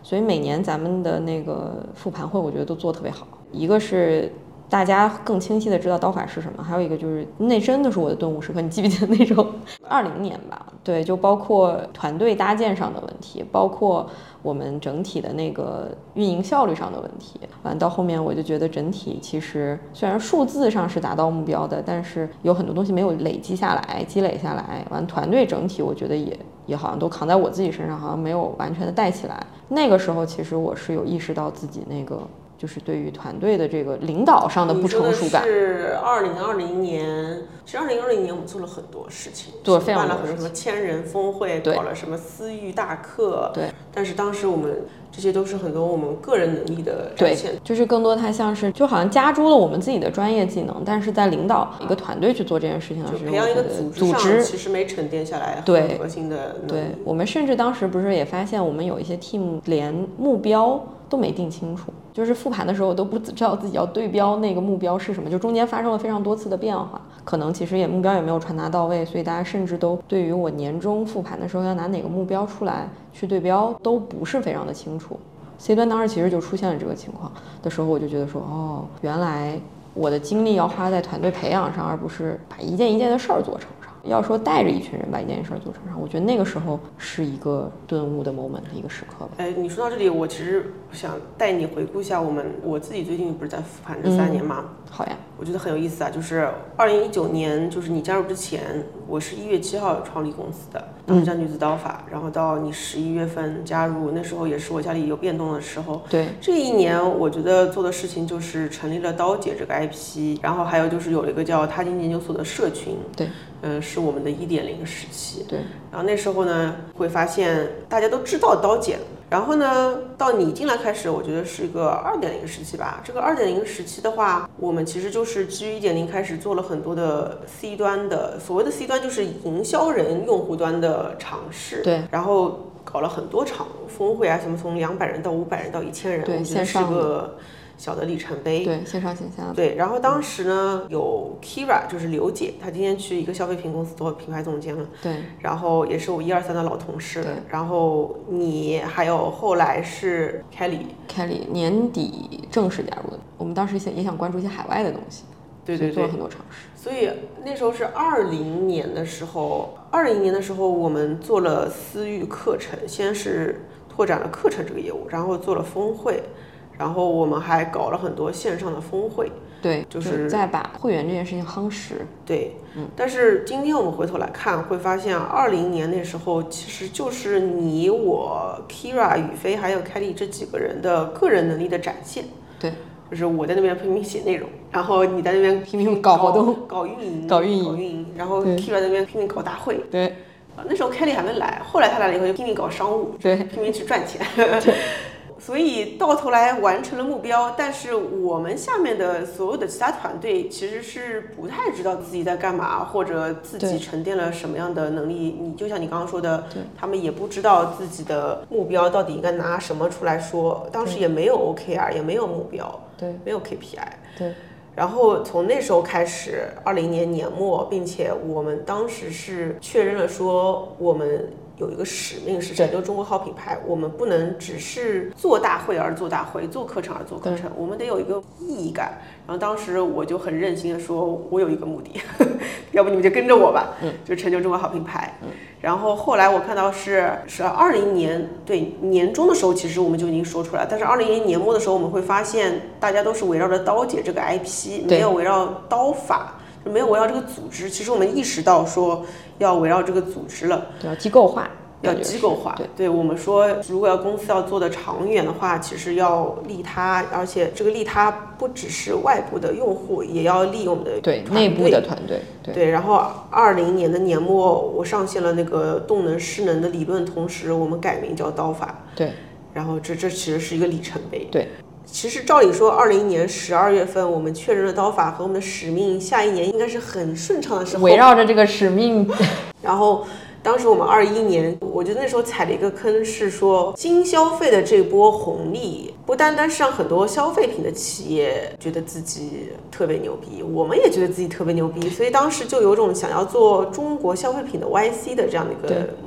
所以每年咱们的那个复盘会，我觉得都做得特别好。一个是大家更清晰的知道刀法是什么，还有一个就是那真的是我的顿悟时刻，你记不记得那种20年吧？对，就包括团队搭建上的问题，包括我们整体的那个运营效率上的问题。完到后面我就觉得整体其实虽然数字上是达到目标的，但是有很多东西没有累积下来、积累下来。完团队整体我觉得也好像都扛在我自己身上，好像没有完全的带起来。那个时候其实我是有意识到自己那个。就是对于团队的这个领导上的不成熟感。 是2020年，其实2020年我们做了很多事情， 对，非常办了很多什么千人峰会，搞了什么私域大课， 对。 但是当时我们这些都是很多我们个人能力的展现， 对，就是更多它像是就好像加诸了我们自己的专业技能，但是在领导一个团队去做这件事情的时候， 培养一个组织其实没沉淀下来很核心的能力。 对，我们甚至当时不是也发现，我们有一些 team 连目标都没定清楚，就是复盘的时候都不知道自己要对标那个目标是什么，就中间发生了非常多次的变化，可能其实目标也没有传达到位，所以大家甚至都对于我年终复盘的时候要拿哪个目标出来去对标都不是非常的清楚。C 端当时其实就出现了这个情况的时候，我就觉得说，哦，原来我的精力要花在团队培养上，而不是把一件一件的事儿做成上。要说带着一群人把一件事儿做成上，我觉得那个时候是一个顿悟的 moment 的一个时刻吧。 你说到这里，我其实想带你回顾一下我自己最近不是在复盘这3年嘛？ 好呀， 我觉得很有意思啊。就是2019年，就是你加入之前，我是1月7号创立公司的，当时叫女子刀法，然后到你11月份加入，那时候也是我家里有变动的时候。 对， 这一年我觉得做的事情就是成立了刀姐这个 IP， 然后还有就是有了一个叫他经研究所的社群。 对。 是我们的1.0时期。 对， 然后那时候呢，会发现大家都知道刀姐了。然后呢，到你进来开始，我觉得是一个2.0时期吧。这个2.0时期的话，我们其实就是基于1.0开始做了很多的 C 端的，所谓的 C 端就是营销人用户端的尝试。 对， 然后搞了很多场峰会啊，什么从200人到500人到1000人， 对， 我觉得是个小的里程碑。 对，线上线下。 对，然后当时呢，有 Kira， 就是刘姐，她今天去一个消费品公司做品牌总监了。 对， 然后也是我1、2、3的老同事。对，然后你还有后来是 Kelly 年底正式加入的。我们当时也想关注一些海外的东西。 对对对， 做了很多尝试。 所以那时候是20年的时候我们做了私域课程，先是拓展了课程这个业务，然后做了峰会。然后我们还搞了很多线上的峰会， 对， 就是再把会员这件事情夯实。 对，但是今天我们回头来看，会发现20年那时候其实就是你我 Kira、宇飞还有凯莉这几个人的个人能力的展现。 对， 就是我在那边拼命写内容，然后你在那边拼命搞活动、 搞运营，然后 Kira 在那边拼命搞大会。 对， 那时候凯莉还没来，后来他来了以后就拼命搞商务， 对， 拼命去赚钱。所以到头来完成了目标，但是我们下面的所有的其他团队其实是不太知道自己在干嘛，或者自己沉淀了什么样的能力。你就像你刚刚说的，他们也不知道自己的目标到底应该拿什么出来说，当时也没有 OKR， 也没有目标， 对， 没有 KPI， 对。 然后从那时候开始，20年年末，并且我们当时是确认了说我们有一个使命是拯救中国好品牌，我们不能只是做大会而做大会，做课程而做课程，我们得有一个意义感。然后当时我就很任性的说，我有一个目的，要不你们就跟着我吧，就成就中国好品牌。然后后来我看到是20年对年中的时候，其实我们就已经说出来，但是20年年末的时候，我们会发现大家都是围绕着刀姐这个 IP， 没有围绕刀法。没有围绕这个组织，其实我们意识到说要围绕这个组织了， 对，要机构化， 要机构化。对，我们说如果要公司要做的长远的话，其实要利他，而且这个利他不只是外部的用户，也要利我们的对内部的团队。 对，然后20年的年末，我上线了那个动能失能的理论，同时我们改名叫刀法。 对， 然后这其实是一个里程碑。 对。 其实照理说，20年12月份我们确认了刀法和我们的使命，下一年应该是很顺畅的时候。 围绕着这个使命， 然后当时我们21年，我觉得那时候踩了一个坑，是说新消费的这波红利，不单单是让很多消费品的企业觉得自己特别牛逼，我们也觉得自己特别牛逼，所以当时就有种想要做中国消费品的 YC 的这样的一个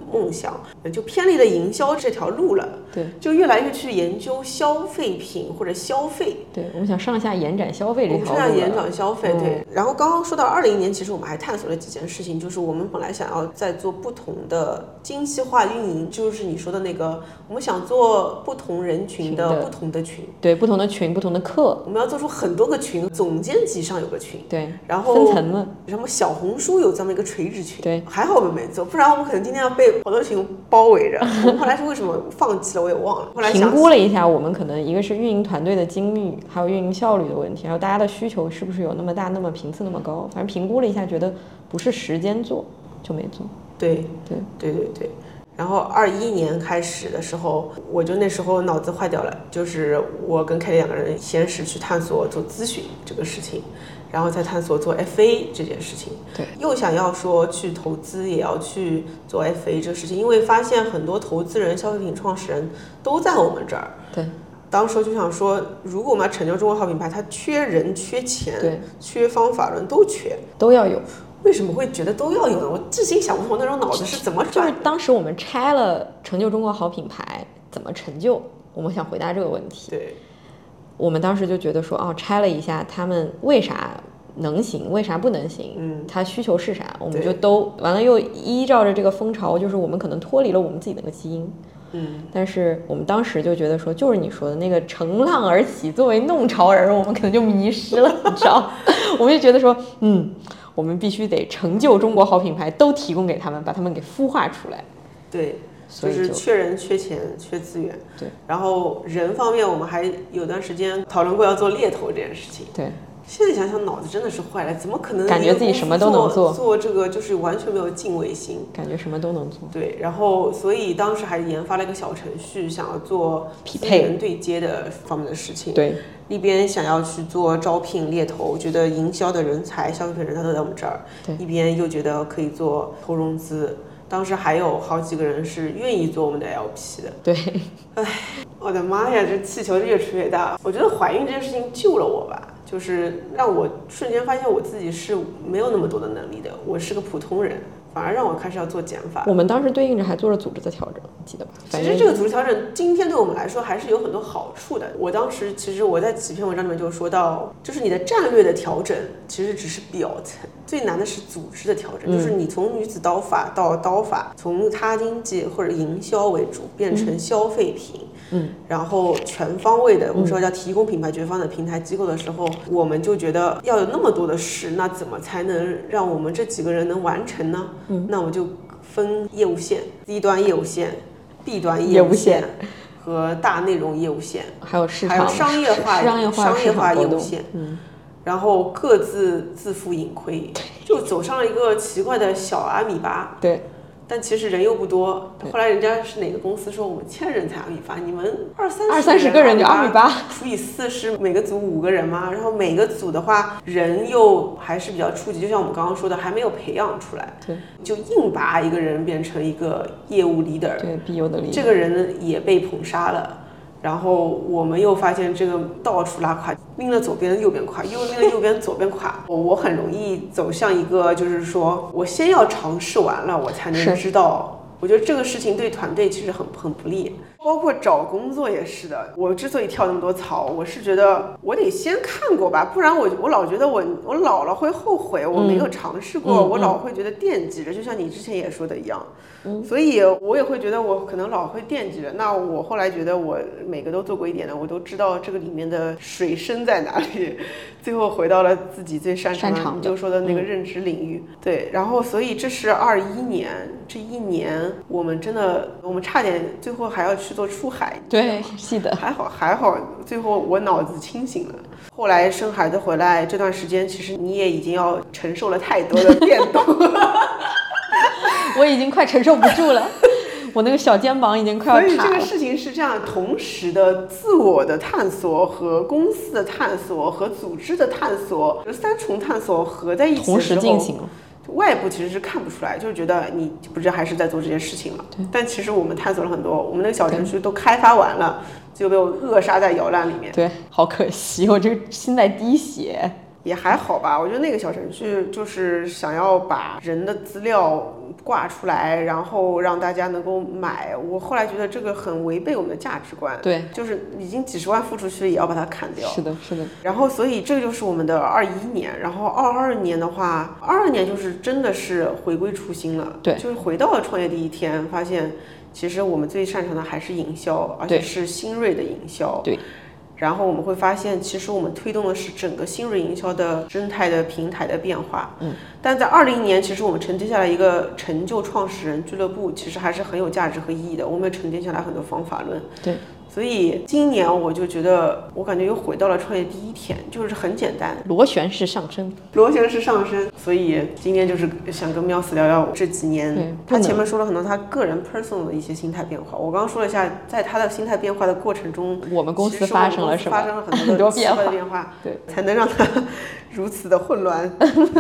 梦想，就偏离了营销这条路了。 对， 就越来越去研究消费品或者消费。 对，我们想上下延展消费这条路了。 上下延展消费，对。然后刚刚说到20年，其实我们还探索了几件事情，就是我们本来想要在做不同的精细化运营，就是你说的那个，我们想做不同人群的不同的群， 对，不同的群，不同的课， 我们要做出很多个群，总监级上有个群， 对， 然后分层了， 什么小红书有这么一个垂直群， 对， 还好我们没做，不然我们可能今天要被好多群包围着。我们后来是为什么放弃了，我也忘了。后来评估了一下，我们可能一个是运营团队的精密，还有运营效率的问题，还有大家的需求是不是有那么大，那么频次那么高，反正评估了一下，觉得不是时间做，就没做。 对。然后21年开始的时候，我就那时候脑子坏掉了，就是我跟Kelly两个人先是去探索做咨询这个事情，然后再探索做 FA 这件事情。 对， 又想要说去投资，也要去做 FA 这个事情，因为发现很多投资人、消费品创始人都在我们这儿。 对。 当时就想说，如果我们要成就中国好品牌，它缺人、缺钱、 对， 缺方法论，都缺， 都要有。 为什么会觉得都要有呢？我至今想不通那种脑子是怎么转的。 就是当时我们拆了成就中国好品牌怎么成就，我们想回答这个问题。 对， 我们当时就觉得说，哦，拆了一下他们为啥能行，为啥不能行，他需求是啥，我们就都完了，又依照着这个风潮，就是我们可能脱离了我们自己那个基因。但是我们当时就觉得说，就是你说的那个乘浪而起，作为弄潮儿，我们可能就迷失了，你知道？我们就觉得说，我们必须得成就中国好品牌，都提供给他们，把他们给孵化出来。 对，就是缺人、缺钱、缺资源。 对， 然后人方面，我们还有段时间讨论过要做猎头这件事情。 对。 现在想想，脑子真的是坏了，怎么可能感觉自己什么都能做这个就是完全没有敬畏心， 感觉什么都能做。 对，然后所以当时还研发了一个小程序，想要做匹配人对接的方面的事情。 对， 一边想要去做招聘猎头，觉得营销的人才、消费品人才都在我们这儿，一边又觉得可以做投融资。当时还有好几个人是愿意做我们的 LP 的。 对， 哎，我的妈呀，这气球越吹越大。我觉得怀孕这件事情救了我吧。就是让我瞬间发现我自己是没有那么多的能力的，我是个普通人，反而让我开始要做减法。 我们当时对应着还做了组织的调整，记得吧？ 其实这个组织调整今天对我们来说还是有很多好处的。我当时其实我在几篇文章里面就说到，就是你的战略的调整其实只是表层，最难的是组织的调整，就是你从女子刀法到刀法，从他经济或者营销为主变成消费品。然后全方位的，我们说要提供品牌觉方的平台机构的时候，我们就觉得要有那么多的事，那怎么才能让我们这几个人能完成呢？那我们就分业务线，低端业务线、B 端业务线和大内容业务线， 还有市场， 还有商业化业务线。然后各自自负盈亏，就走上了一个奇怪的小阿米巴。 对。 但其实人又不多，后来人家是哪个公司说我们欠人才阿米巴，你们二三十个人就阿米巴， 除以40，每个组5个人嘛，然后每个组的话人又还是比较初级，就像我们刚刚说的，还没有培养出来， 对， 就硬把一个人变成一个业务 leader， 对 BU 的 leader， 这个人也被捧杀了。然后我们又发现这个到处拉垮，拎了左边右边垮，又拎了右边左边垮。我很容易走向一个，就是说我先要尝试完了，我才能知道。我觉得这个事情对团队其实很不利，包括找工作也是的。我之所以跳那么多槽，我是觉得我得先看过吧，不然我老觉得我老了会后悔，我没有尝试过，我老会觉得惦记着，就像你之前也说的一样。所以我也会觉得我可能老会惦记着。那我后来觉得我每个都做过一点的，我都知道这个里面的水深在哪里，最后回到了自己最擅长的，你就说的那个认知领域。对，然后所以这是21年，这一年我们差点最后还要去做出海。 对，是的， 还好，最后我脑子清醒了。后来生孩子回来这段时间，其实你也已经要承受了太多的变动。 我已经快承受不住了，我那个小肩膀已经快要塌了。 所以这个事情是这样，同时的自我的探索和公司的探索和组织的探索，三重探索合在一起的时候，同时进行了。 外部其实是看不出来，就是觉得你不是还是在做这件事情嘛。但其实我们探索了很多，我们那个小程序都开发完了，就被我扼杀在摇篮里面。 对，好可惜，我这个心在滴血。 也还好吧。我觉得那个小程序就是想要把人的资料挂出来，然后让大家能够买。我后来觉得这个很违背我们的价值观。 对， 就是已经几十万付出去，也要把它砍掉。 是的，是的。 然后，所以这个就是我们的21年。然后22年的话，22年就是真的是回归初心了。 对， 就是回到了创业第一天，发现其实我们最擅长的还是营销，而且是新锐的营销。 对。 然后我们会发现，其实我们推动的是整个新锐营销的生态的平台的变化。但在20年，其实我们沉淀下来一个成就创始人俱乐部，其实还是很有价值和意义的。我们沉淀下来很多方法论。 对。 所以今年我就觉得，我感觉又回到了创业第一天，就是很简单， 螺旋式上升， 螺旋式上升。所以今天就是想跟喵四聊聊这几年，他前面说了很多他个人 personal 的一些心态变化。我刚刚说了一下，在他的心态变化的过程中， 我们公司发生了什么？ 发生了很多奇怪的变化， 对， 才能让他如此的混乱。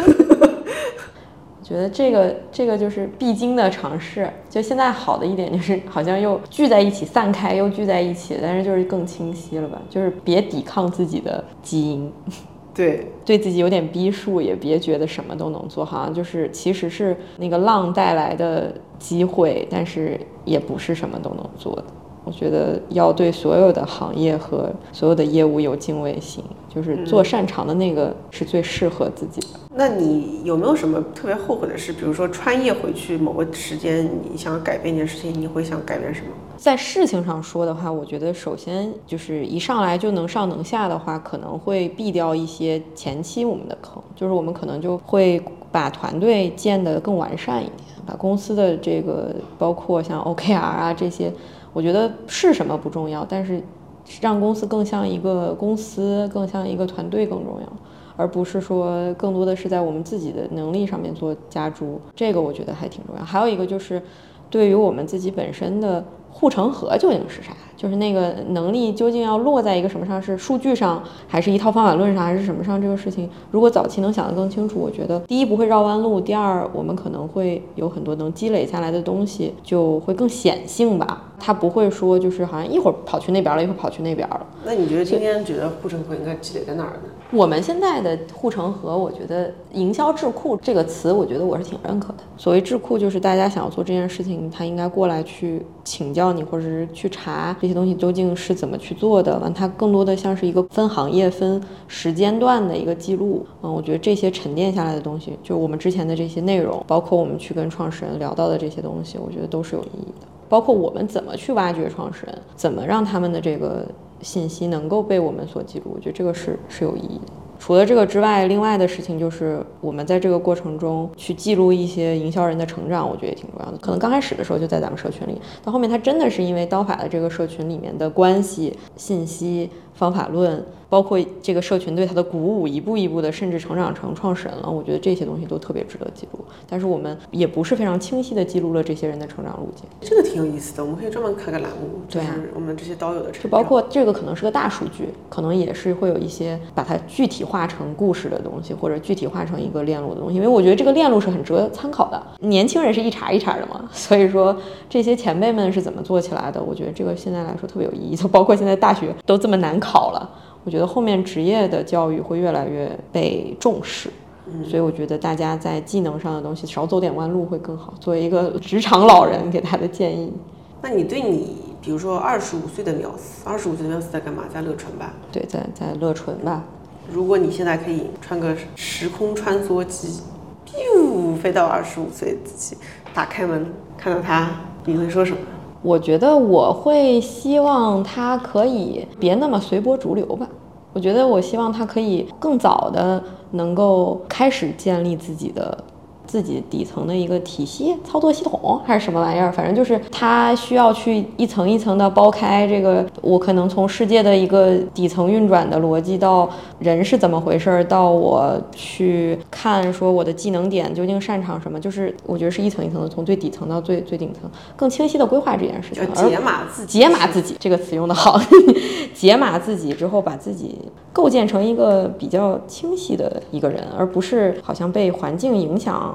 觉得这个就是必经的尝试。就现在好的一点就是好像又聚在一起，散开又聚在一起，但是就是更清晰了吧？就是别抵抗自己的基因，对自己有点逼数，也别觉得什么都能做，好像就是其实是那个浪带来的机会，但是也不是什么都能做的。我觉得要对所有的行业和所有的业务有敬畏心，就是做擅长的那个是最适合自己的。 那你有没有什么特别后悔的事？比如说穿越回去某个时间，你想改变一件事情，你会想改变什么？ 在事情上说的话，我觉得首先就是一上来就能上能下的话，可能会避掉一些前期我们的坑，就是我们可能就会把团队建得更完善一点，把公司的这个包括像 OKR 啊这些，我觉得是什么不重要，但是让公司更像一个公司，更像一个团队更重要，而不是说更多的是在我们自己的能力上面做加注，这个我觉得还挺重要。还有一个就是对于我们自己本身的护城河究竟是啥，就是那个能力究竟要落在一个什么上，是数据上还是一套方法论上还是什么上，这个事情如果早期能想得更清楚，我觉得第一不会绕弯路，第二我们可能会有很多能积累下来的东西就会更显性吧，它不会说就是好像一会儿跑去那边了，一会儿跑去那边了。 那你觉得今天觉得护城河应该积累在哪儿呢？ 我们现在的护城河，我觉得营销智库这个词，我觉得我是挺认可的。所谓智库，就是大家想要做这件事情，他应该过来去请教你，或者是去查这些东西究竟是怎么去做的。完，它更多的像是一个分行业、分时间段的一个记录。我觉得这些沉淀下来的东西，就是我们之前的这些内容，包括我们去跟创始人聊到的这些东西，我觉得都是有意义的。包括我们怎么去挖掘创始人，怎么让他们的这个信息能够被我们所记录，我觉得这个是有意义的。除了这个之外，另外的事情就是我们在这个过程中去记录一些营销人的成长，我觉得也挺重要的。可能刚开始的时候就在咱们社群里，到后面他真的是因为刀法的这个社群里面的关系、信息、方法论，包括这个社群对他的鼓舞，一步一步的甚至成长成创始人了。我觉得这些东西都特别值得记录，但是我们也不是非常清晰的记录了这些人的成长路径。 这个挺有意思的，我们可以专门开个栏目， 对啊， 就是我们这些刀友的成长。 就包括这个可能是个大数据，可能也是会有一些把它具体化成故事的东西，或者具体化成一个链路的东西，因为我觉得这个链路是很值得参考的。年轻人是一茬一茬的嘛，所以说这些前辈们是怎么做起来的，我觉得这个现在来说特别有意义。就包括现在大学都这么难考了，我觉得后面职业的教育会越来越被重视，所以我觉得大家在技能上的东西少走点弯路会更好。作为一个职场老人给他的建议。 那你对你比如说25岁的喵四，25岁的喵四在干嘛？在乐纯吧？ 对，在乐纯吧。 如果你现在可以穿个时空穿梭机飞到25岁自己，打开门看到他，你会说什么？ 我觉得我会希望他可以别那么随波逐流吧。我觉得我希望他可以更早的能够开始建立自己底层的一个体系、操作系统还是什么玩意儿，反正就是他需要去一层一层的剥开这个，我可能从世界的一个底层运转的逻辑到人是怎么回事，到我去看说我的技能点究竟擅长什么，就是我觉得是一层一层的，从最底层到最顶层，更清晰的规划这件事情。 解码自己， 解码自己这个词用的好，解码自己之后，把自己构建成一个比较清晰的一个人，而不是好像被环境影响。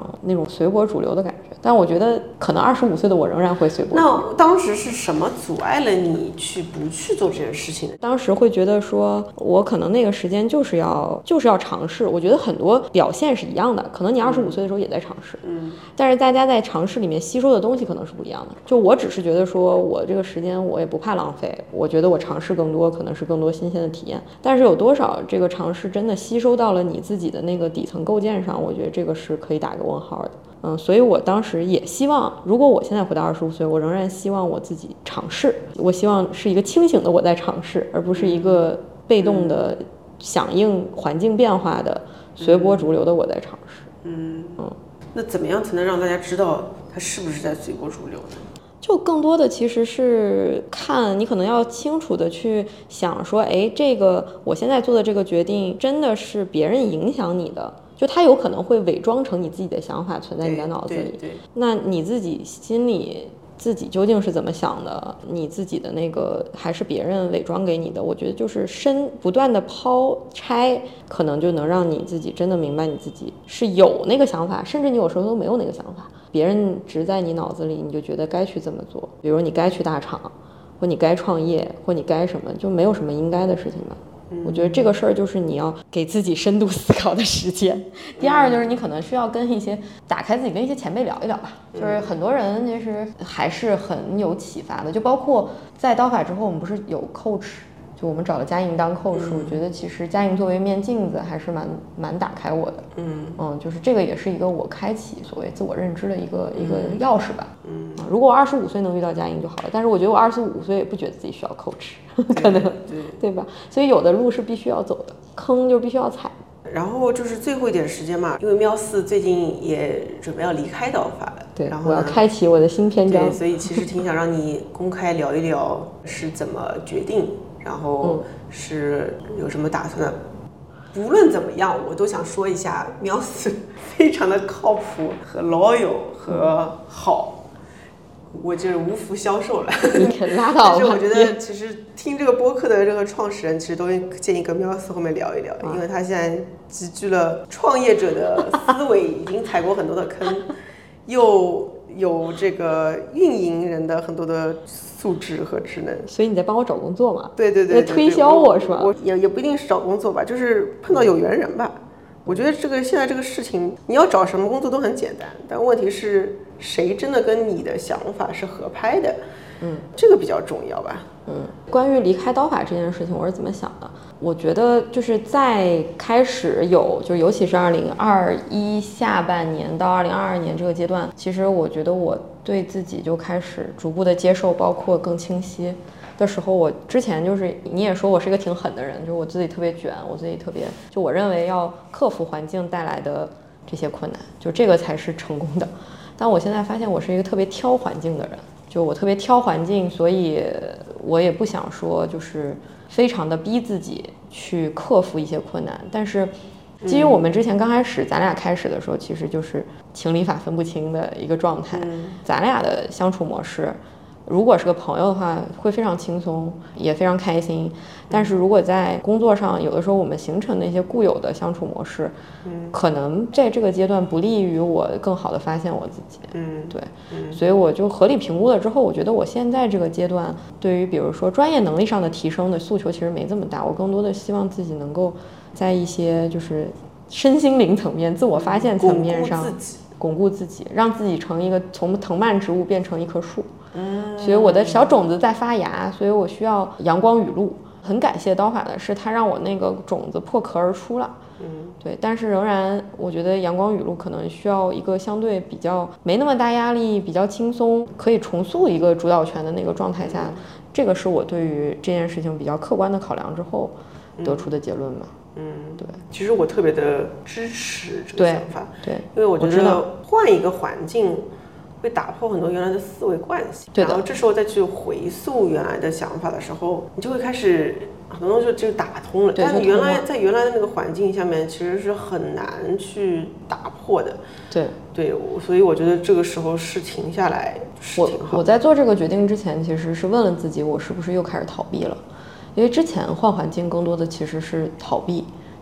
那种随波逐流的感觉。但我觉得可能25岁的我仍然会随波逐流。 那当时是什么阻碍了你不去做这件事情呢？ 当时会觉得说，我可能那个时间就是要尝试。我觉得很多表现是一样的，可能你25岁的时候也在尝试，但是大家在尝试里面吸收的东西可能是不一样的。就我只是觉得说，我这个时间我也不怕浪费，我觉得我尝试更多，可能是更多新鲜的体验。但是有多少这个尝试真的吸收到了你自己的那个底层构建上，我觉得这个是可以打个问号的。所以我当时也希望，如果我现在回到25岁，我仍然希望我自己尝试，我希望是一个清醒的我在尝试，而不是一个被动的响应环境变化的随波逐流的我在尝试。 那怎么样才能让大家知道他是不是在随波逐流呢？ 就更多的其实是看你可能要清楚的去想说，哎，这个我现在做的这个决定真的是别人影响你的，就它有可能会伪装成你自己的想法存在你的脑子里。那你自己心里自己究竟是怎么想的？你自己的那个还是别人伪装给你的？我觉得就是不断的抛拆，可能就能让你自己真的明白你自己是有那个想法，甚至你有时候都没有那个想法，别人植在你脑子里，你就觉得该去这么做。比如你该去大厂，或你该创业，或你该什么，就没有什么应该的事情吧。我觉得这个事儿就是你要给自己深度思考的时间。第二就是你可能需要打开自己跟一些前辈聊一聊吧，就是很多人其实还是很有启发的，就包括在刀法之后我们不是有 coach， 就我们找了佳莹当 coach，我觉得其实佳莹作为一面镜子还是蛮打开我的。就是这个也是一个我开启所谓自我认知的一个钥匙吧。如果我25岁能遇到佳莹就好了，但是我觉得我25岁也不觉得自己需要 coach， 可能对吧？所以有的路是必须要走的，坑就必须要踩。 然后就是最后一点时间嘛，因为喵四最近也准备要离开刀法了， 对， 然后我要开启我的新篇章。 对，所以其实挺想让你公开聊一聊是怎么决定，然后是有什么打算的。无论怎么样，我都想说一下，喵四非常的靠谱和 loyal 和好。我就是无福消受了， 你可拉倒吧。 但是我觉得其实听这个播客的这个创始人，其实都建议跟喵四后面聊一聊，因为他现在集聚了创业者的思维，已经踩过很多的坑，又有这个运营人的很多的素质和职能。 所以你在帮我找工作嘛？ 对， 在推销我是吧？ 我也不一定是找工作吧，就是碰到有缘人吧。我觉得现在这个事情，你要找什么工作都很简单，但问题是谁真的跟你的想法是合拍的，这个比较重要吧。 关于离开刀法这件事情，我是怎么想的？我觉得就是在开始就尤其是2021下半年到2022年这个阶段，其实我觉得我对自己就开始逐步的接受，包括更清晰的时候，我之前就是你也说我是一个挺狠的人，就是我自己特别卷，我自己特别就我认为要克服环境带来的这些困难，就这个才是成功的。但我现在发现我是一个特别挑环境的人，就我特别挑环境，所以我也不想说就是非常的逼自己去克服一些困难。但是基于我们之前刚开始咱俩开始的时候，其实就是情理法分不清的一个状态，咱俩的相处模式如果是个朋友的话会非常轻松也非常开心，但是如果在工作上有的时候我们形成的一些固有的相处模式，可能在这个阶段不利于我更好的发现我自己。对，所以我就合理评估了之后，我觉得我现在这个阶段对于比如说专业能力上的提升的诉求其实没这么大，我更多的希望自己能够在一些就是身心灵层面自我发现层面上巩固自己，让自己从藤蔓植物变成一棵树。所以我的小种子在发芽，所以我需要阳光雨露。很感谢刀法的是它让我那个种子破壳而出了。对，但是仍然我觉得阳光雨露可能需要一个相对比较没那么大压力，比较轻松，可以重塑一个主导权的那个状态下，这个是我对于这件事情比较客观的考量之后得出的结论嘛。对， 其实我特别的支持这个想法。 对， 因为我觉得换一个环境会打破很多原来的思维惯性，然后这时候再去回溯原来的想法的时候，你就会开始很多东西就打通了。但你在原来的那个环境下面，其实是很难去打破的。对，所以我觉得这个时候是停下来是挺好的。 我在做这个决定之前，其实是问了自己，我是不是又开始逃避了？因为之前换环境更多的其实是逃避。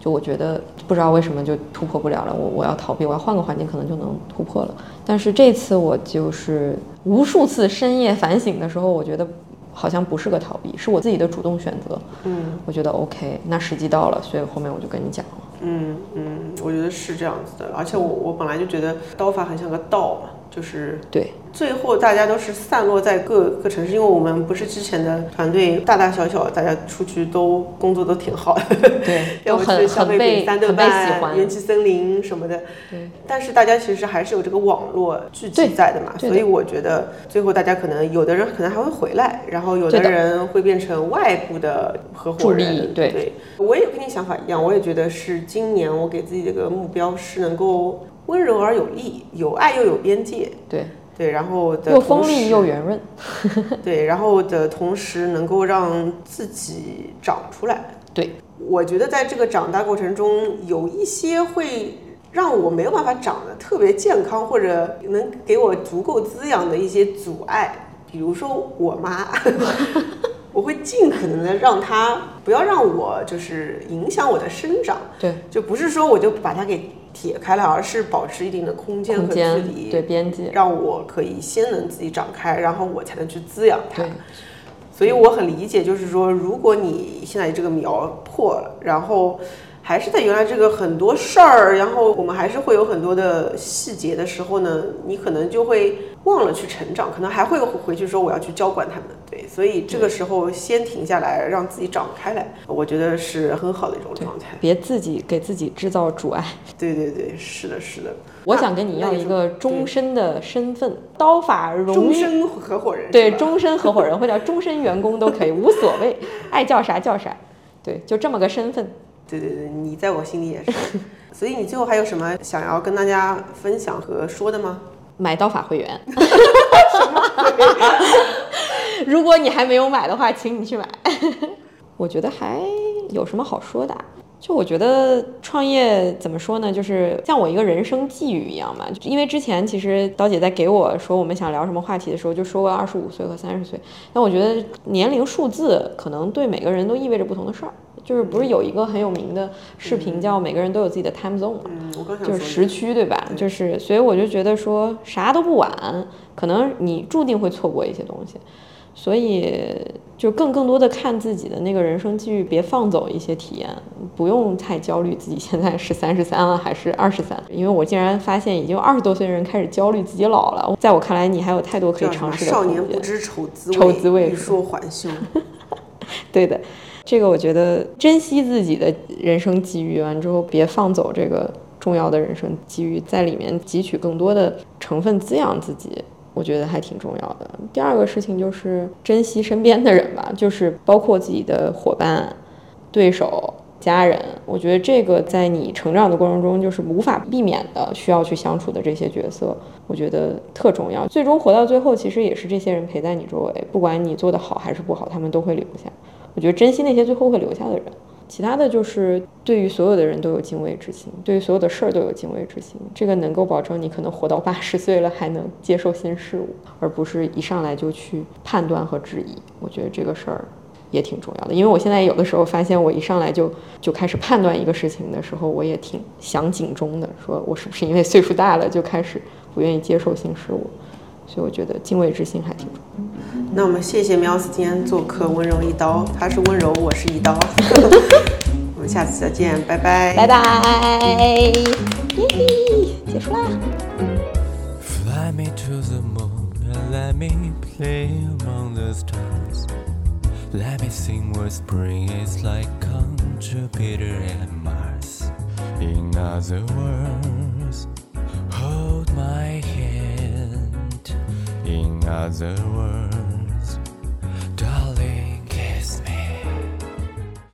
就我觉得不知道为什么就突破不了了，我要逃避，我要换个环境可能就能突破了。但是这次我就是无数次深夜反省的时候，我觉得好像不是个逃避，是我自己的主动选择。我觉得 OK， 那时机到了，所以后面我就跟你讲了。 我觉得是这样子的，而且我本来就觉得刀法很像个道嘛，就是对， 最后大家都是散落在各个城市，因为我们不是之前的团队大大小小，大家出去都工作都挺好的， 对， 要么去消费品、三顿半、元气森林什么的， 对。 但是大家其实还是有这个网络聚集在的嘛，所以我觉得最后大家可能有的人可能还会回来，然后有的人会变成外部的合伙人。对，我也跟你想法一样，我也觉得是今年我给自己的一个目标是能够温柔而有力，有爱又有边界。对，然后的又锋利又圆润。 对，然后的同时能够让自己长出来。 对， 我觉得在这个长大过程中，有一些会让我没有办法长得特别健康，或者能给我足够滋养的一些阻碍，比如说我妈。我会尽可能的让它不要让我就是影响我的生长。 对， 就不是说我就把它给撇开了，而是保持一定的空间和距离， 对，边界， 让我可以先能自己长开，然后我才能去滋养它。 对， 所以我很理解，就是说，如果你现在这个苗破了，然后还是在原来这个很多事儿，然后我们还是会有很多的细节的时候呢，你可能就会忘了去成长，可能还会回去说我要去浇灌他们。对，所以这个时候先停下来，让自己长开来，我觉得是很好的一种状态。 别自己给自己制造阻碍。 对对对，是的，是的。 我想跟你要一个终身的身份，刀法荣誉终身合伙人。 对，终身合伙人或者终身员工都可以，无所谓，爱叫啥叫啥。对，就这么个身份。 对对对，你在我心里也是。所以你最后还有什么想要跟大家分享和说的吗？ 买刀法会员。如果你还没有买的话，请你去买。我觉得还有什么好说的？就我觉得创业怎么说呢，就是像我一个人生际遇一样嘛。因为之前其实刀姐在给我说我们想聊什么话题的时候，就说过25岁和30岁。但我觉得年龄数字可能对每个人都意味着不同的事儿。就是不是有一个很有名的视频叫每个人都有自己的 time zone 嘛？就是时区，对吧？就是所以我就觉得说啥都不晚，可能你注定会错过一些东西。所以就更多的看自己的那个人生际遇，别放走一些体验，不用太焦虑自己现在是33了还是23。因为我竟然发现已经20多岁的人开始焦虑自己老了，在我看来你还有太多可以尝试的空间。 少年不知愁滋味，欲说还休。 对的，这个我觉得珍惜自己的人生机遇，完之后别放走这个重要的人生机遇，在里面汲取更多的成分滋养自己，我觉得还挺重要的。第二个事情就是珍惜身边的人吧，就是包括自己的伙伴、对手、家人，我觉得这个在你成长的过程中就是无法避免的需要去相处的这些角色，我觉得特重要。最终活到最后，其实也是这些人陪在你周围，不管你做得好还是不好，他们都会留下。我觉得珍惜那些最后会留下的人，其他的就是对于所有的人都有敬畏之心，对于所有的事儿都有敬畏之心，这个能够保证你可能活到80岁了还能接受新事物，而不是一上来就去判断和质疑。我觉得这个事儿也挺重要的，因为我现在有的时候发现我一上来就开始判断一个事情的时候，我也挺响警钟的，说我是不是因为岁数大了就开始不愿意接受新事物。所以我觉得敬畏之心还挺重要。 那我们谢谢喵斯今天做客温柔一刀，他是温柔，我是一刀。我们下次再见，拜拜。 拜拜。结束啦。 Fly me to the moon and let me play among the stars. Let me sing what spring is like on Jupiter and Mars. In other words, hold my hand. In other words,